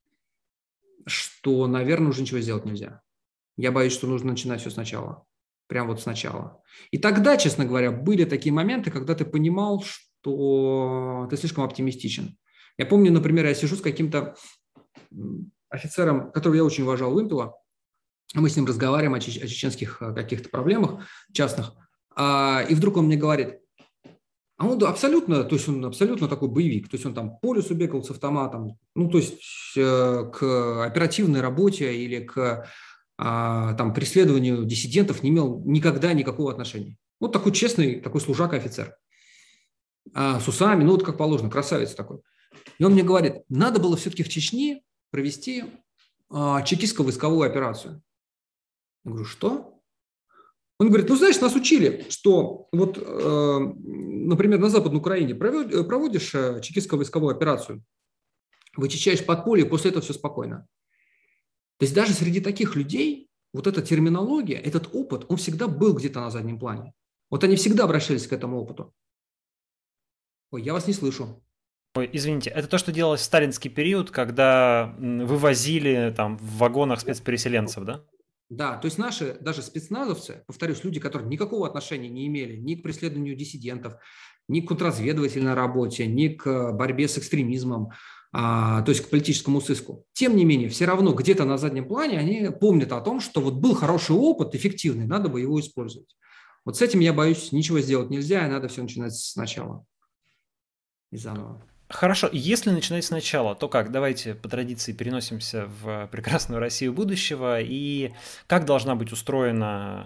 что, наверное, уже ничего сделать нельзя. Я боюсь, что нужно начинать все сначала. Прям вот сначала. И тогда, честно говоря, были такие моменты, когда ты понимал, что ты слишком оптимистичен. Я помню, например, я сижу с каким-то офицером, которого я очень уважал, Вымпела, мы с ним разговариваем о чеченских каких-то проблемах частных, и вдруг он мне говорит, он абсолютно, то есть он абсолютно такой боевик, то есть он там по лесу бегал с автоматом, ну, то есть к оперативной работе или к там, преследованию диссидентов не имел никогда никакого отношения. Вот такой честный, такой служака-офицер. С усами, ну вот как положено, красавец такой. И он мне говорит, надо было все-таки в Чечне провести чекистско-войсковую операцию. Я говорю, что? Он говорит, ну знаешь, нас учили, что вот, например, на Западной Украине проводишь чекистско-войсковую операцию, вычищаешь подполье, и после этого все спокойно. То есть даже среди таких людей вот эта терминология, этот опыт, он всегда был где-то на заднем плане. Вот они всегда обращались к этому опыту. Ой, я вас не слышу. Ой, извините, это то, что делалось в сталинский период, когда вывозили там в вагонах спецпереселенцев, да? Да, то есть наши даже спецназовцы, повторюсь, люди, которые никакого отношения не имели ни к преследованию диссидентов, ни к контрразведывательной работе, ни к борьбе с экстремизмом, то есть к политическому сыску. Тем не менее, все равно где-то на заднем плане они помнят о том, что вот был хороший опыт, эффективный, надо бы его использовать. Вот с этим, я боюсь, ничего сделать нельзя, и надо все начинать сначала и заново. Хорошо, если начинать сначала, то как? Давайте по традиции переносимся в прекрасную Россию будущего. И как должна быть устроена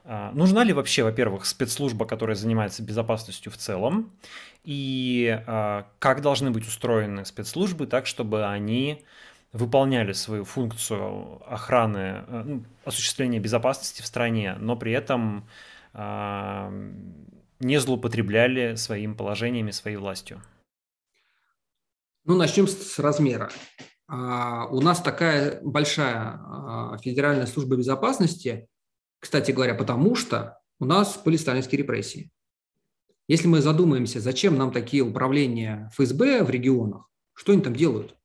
Нужна ли вообще, во-первых, спецслужба, которая занимается безопасностью в целом, и как должны быть устроены спецслужбы так, чтобы они выполняли свою функцию охраны, ну, осуществления безопасности в стране, но при этом а, не злоупотребляли своим положением и своей властью? Ну, начнем с размера. У нас такая большая Федеральная служба безопасности, кстати говоря, потому что у нас были сталинские репрессии. Если мы задумаемся, зачем нам такие управления ФСБ в регионах, что они там делают,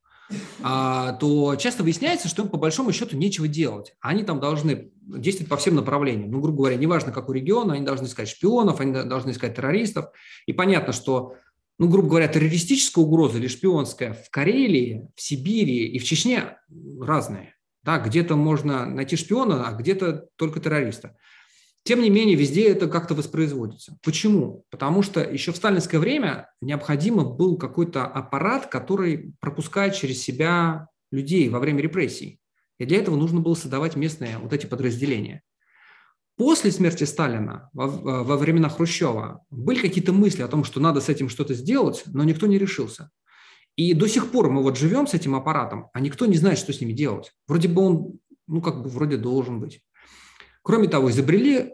то часто выясняется, что им по большому счету нечего делать. Они там должны действовать по всем направлениям. Ну, грубо говоря, неважно, какой регион, они должны искать шпионов, они должны искать террористов. И понятно, что, ну, грубо говоря, террористическая угроза или шпионская в Карелии, в Сибири и в Чечне разные. Да, где-то можно найти шпиона, а где-то только террориста. Тем не менее, везде это как-то воспроизводится. Почему? Потому что еще в сталинское время необходимо был какой-то аппарат, который пропускает через себя людей во время репрессий. И для этого нужно было создавать местные вот эти подразделения. После смерти Сталина, во времена Хрущева, были какие-то мысли о том, что надо с этим что-то сделать, но никто не решился. И до сих пор мы вот живем с этим аппаратом, а никто не знает, что с ними делать. Вроде бы он, ну, как бы вроде должен быть. Кроме того, изобрели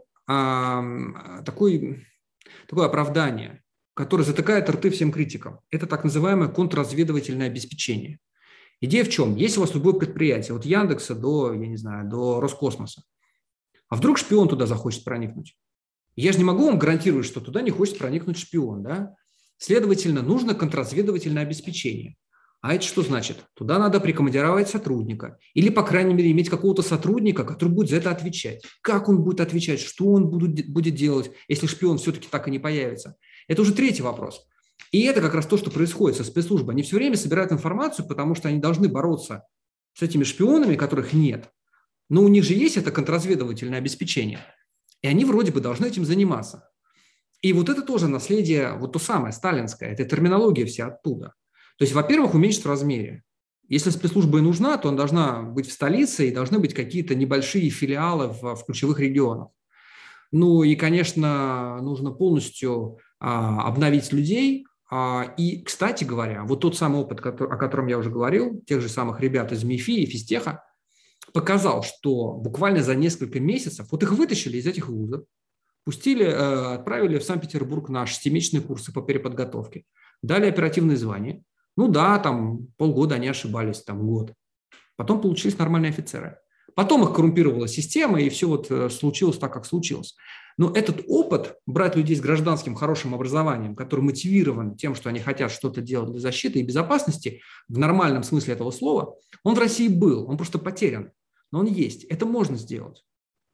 такое оправдание, которое затыкает рты всем критикам. Это так называемое контрразведывательное обеспечение. Идея в чем? Есть у вас любое предприятие, от Яндекса до, я не знаю, до Роскосмоса. А вдруг шпион туда захочет проникнуть? Я же не могу вам гарантировать, что туда не хочет проникнуть шпион, да? Следовательно, нужно контрразведывательное обеспечение. А это что значит? Туда надо прикомандировать сотрудника. Или, по крайней мере, иметь какого-то сотрудника, который будет за это отвечать. Как он будет отвечать, что он будет делать, если шпион все-таки так и не появится? Это уже третий вопрос. И это как раз то, что происходит со спецслужбой. Они все время собирают информацию, потому что они должны бороться с этими шпионами, которых нет. Но у них же есть это контрразведывательное обеспечение. И они вроде бы должны этим заниматься. И вот это тоже наследие, вот то самое, сталинское, это терминология вся оттуда. То есть, во-первых, уменьшить в размере. Если спецслужба и нужна, то она должна быть в столице и должны быть какие-то небольшие филиалы в ключевых регионах. Ну и, конечно, нужно полностью обновить людей. И, кстати говоря, вот тот самый опыт, о котором я уже говорил, тех же самых ребят из МИФИ и Физтеха, показал, что буквально за несколько месяцев, вот их вытащили из этих вузов, отправили в Санкт-Петербург на 6-месячные курсы по переподготовке, дали оперативные звания. Ну да, там полгода они ошибались, там год. Потом получились нормальные офицеры. Потом их коррумпировала система, и все вот случилось так, как случилось. Но этот опыт, брать людей с гражданским хорошим образованием, которые мотивированы тем, что они хотят что-то делать для защиты и безопасности, в нормальном смысле этого слова, он в России был, он просто потерян. Но он есть. Это можно сделать.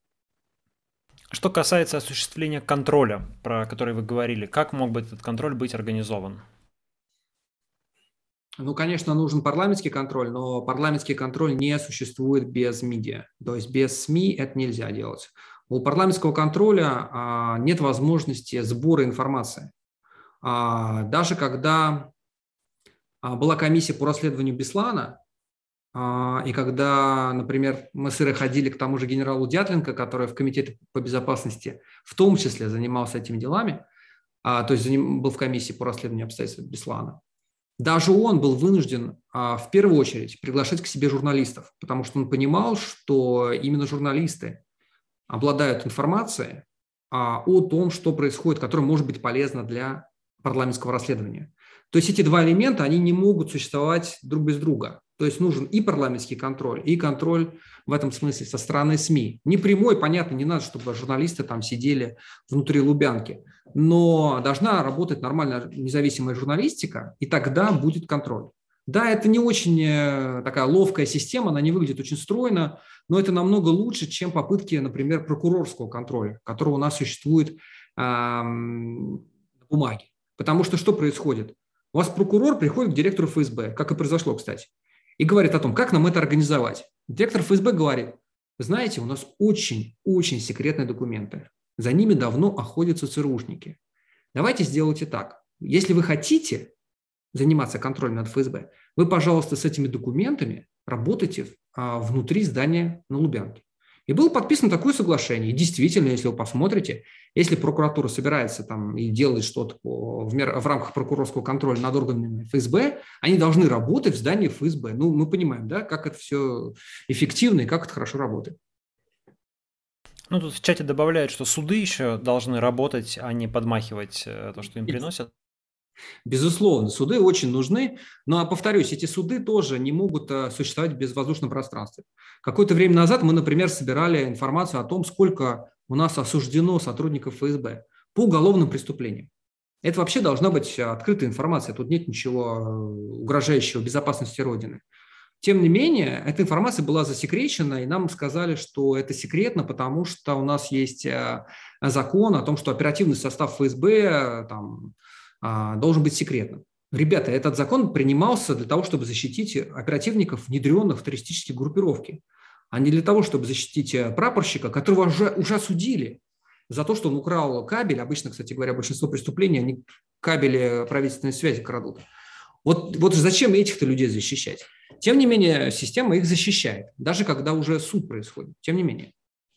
Что касается осуществления контроля, про который вы говорили, как мог бы этот контроль быть организован? Ну, конечно, нужен парламентский контроль, но парламентский контроль не существует без медиа. То есть без СМИ это нельзя делать. У парламентского контроля нет возможности сбора информации. Даже когда была комиссия по расследованию Беслана, и когда, например, мы с Ирой ходили к тому же генералу Дятленко, который в Комитете по безопасности в том числе занимался этими делами, то есть был в комиссии по расследованию обстоятельств Беслана, даже он был вынужден в первую очередь приглашать к себе журналистов, потому что он понимал, что именно журналисты обладают информацией о том, что происходит, которая может быть полезна для парламентского расследования. То есть эти два элемента, они не могут существовать друг без друга. То есть нужен и парламентский контроль, и контроль в этом смысле со стороны СМИ. Не прямой, понятно, не надо, чтобы журналисты там сидели внутри Лубянки, но должна работать нормальная независимая журналистика, и тогда будет контроль. Да, это не очень такая ловкая система, она не выглядит очень стройно, но это намного лучше, чем попытки, например, прокурорского контроля, который у нас существует на бумаге. Потому что происходит? У вас прокурор приходит к директору ФСБ, как и произошло, кстати, и говорит о том, как нам это организовать. Директор ФСБ говорит: знаете, у нас очень-очень секретные документы. За ними давно охотятся ЦРУшники. Давайте сделайте так. Если вы хотите заниматься контролем над ФСБ, вы, пожалуйста, с этими документами работайте внутри здания на Лубянке. И было подписано такое соглашение. И действительно, если вы посмотрите, если прокуратура собирается там и делает что-то в рамках прокурорского контроля над органами ФСБ, они должны работать в здании ФСБ. Ну, мы понимаем, да, как это все эффективно и как это хорошо работает. Ну, тут в чате добавляют, что суды еще должны работать, а не подмахивать то, что им приносят. Безусловно, суды очень нужны, но, повторюсь, эти суды тоже не могут существовать в безвоздушном пространстве. Какое-то время назад мы, например, собирали информацию о том, сколько у нас осуждено сотрудников ФСБ по уголовным преступлениям. Это вообще должна быть открытая информация, тут нет ничего угрожающего безопасности Родины. Тем не менее, эта информация была засекречена, и нам сказали, что это секретно, потому что у нас есть закон о том, что оперативный состав ФСБ должен быть секретным. Ребята, этот закон принимался для того, чтобы защитить оперативников, внедренных в террористические группировки, а не для того, чтобы защитить прапорщика, которого уже осудили за то, что он украл кабель. Обычно, кстати говоря, большинство преступлений, они кабели правительственной связи крадут. Вот зачем этих-то людей защищать? Тем не менее, система их защищает, даже когда уже суд происходит. Тем не менее.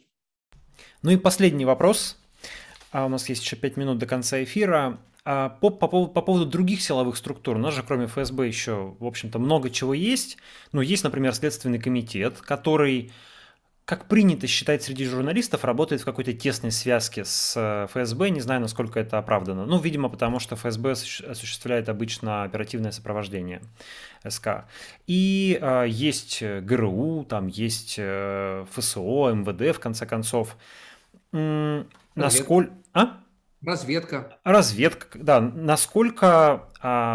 Ну и последний вопрос. У нас есть еще 5 минут до конца эфира. По поводу других силовых структур, у нас же кроме ФСБ еще, в общем-то, много чего есть. Ну, есть, например, Следственный комитет, который, как принято считать среди журналистов, работает в какой-то тесной связке с ФСБ. Не знаю, насколько это оправдано. Ну, видимо, потому что ФСБ осуществляет обычно оперативное сопровождение СК. И есть ГРУ, там есть ФСО, МВД, в конце концов. Насколько... Разведка. Разведка, да. Насколько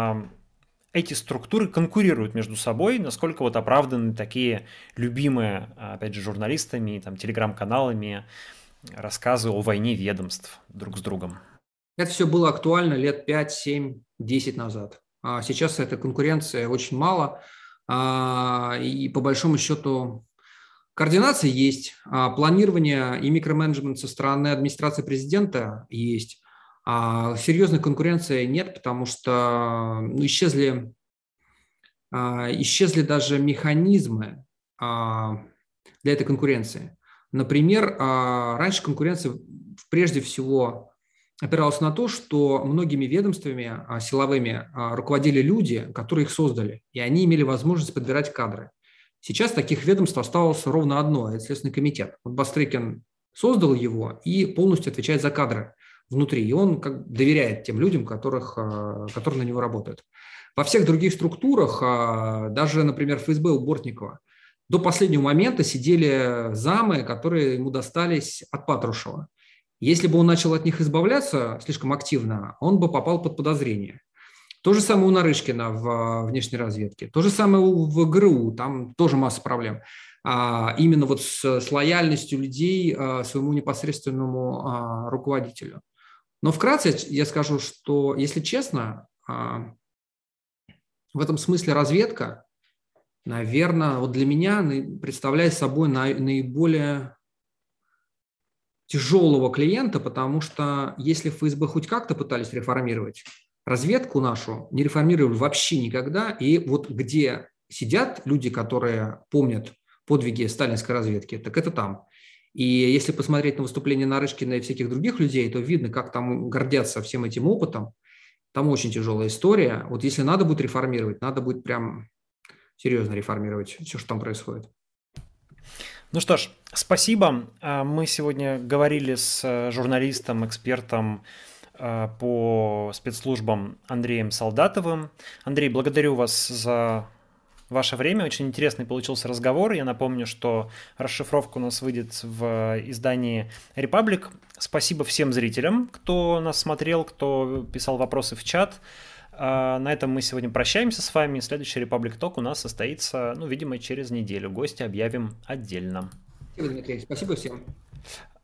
эти структуры конкурируют между собой, насколько вот оправданы такие любимые, опять же, журналистами, там, телеграм-каналами рассказы о войне ведомств друг с другом. Это все было актуально лет 5, 7, 10 назад. А сейчас этой конкуренции очень мало. И по большому счету координация есть, планирование и микроменеджмент со стороны администрации президента есть. Серьезной конкуренции нет, потому что исчезли даже механизмы для этой конкуренции. Например, раньше конкуренция прежде всего опиралась на то, что многими ведомствами силовыми руководили люди, которые их создали, и они имели возможность подбирать кадры. Сейчас таких ведомств осталось ровно одно – это Следственный комитет. Вот Бастрыкин создал его и полностью отвечает за кадры внутри, и он доверяет тем людям, которые на него работают. Во всех других структурах, даже, например, ФСБ у Бортникова, до последнего момента сидели замы, которые ему достались от Патрушева. Если бы он начал от них избавляться слишком активно, он бы попал под подозрение. То же самое у Нарышкина в внешней разведке, то же самое в ГРУ, там тоже масса проблем. Именно вот с лояльностью людей своему непосредственному руководителю. Но вкратце я скажу, что, если честно, в этом смысле разведка, наверное, вот для меня представляет собой наиболее тяжелого клиента, потому что если ФСБ хоть как-то пытались реформировать, разведку нашу не реформировали вообще никогда. И вот где сидят люди, которые помнят подвиги сталинской разведки, так это там. И если посмотреть на выступления Нарышкина и всяких других людей, то видно, как там гордятся всем этим опытом. Там очень тяжелая история. Вот если надо будет реформировать, надо будет прям серьезно реформировать все, что там происходит. Ну что ж, спасибо. Мы сегодня говорили с журналистом, экспертом по спецслужбам Андреем Солдатовым. Андрей, благодарю вас за ваше время. Очень интересный получился разговор. Я напомню, что расшифровка у нас выйдет в издании «Репаблик». Спасибо всем зрителям, кто нас смотрел, кто писал вопросы в чат. На этом мы сегодня прощаемся с вами. Следующий «Репаблик Ток» у нас состоится, видимо, через неделю. Гости объявим отдельно. Спасибо, Дмитрий. Спасибо всем.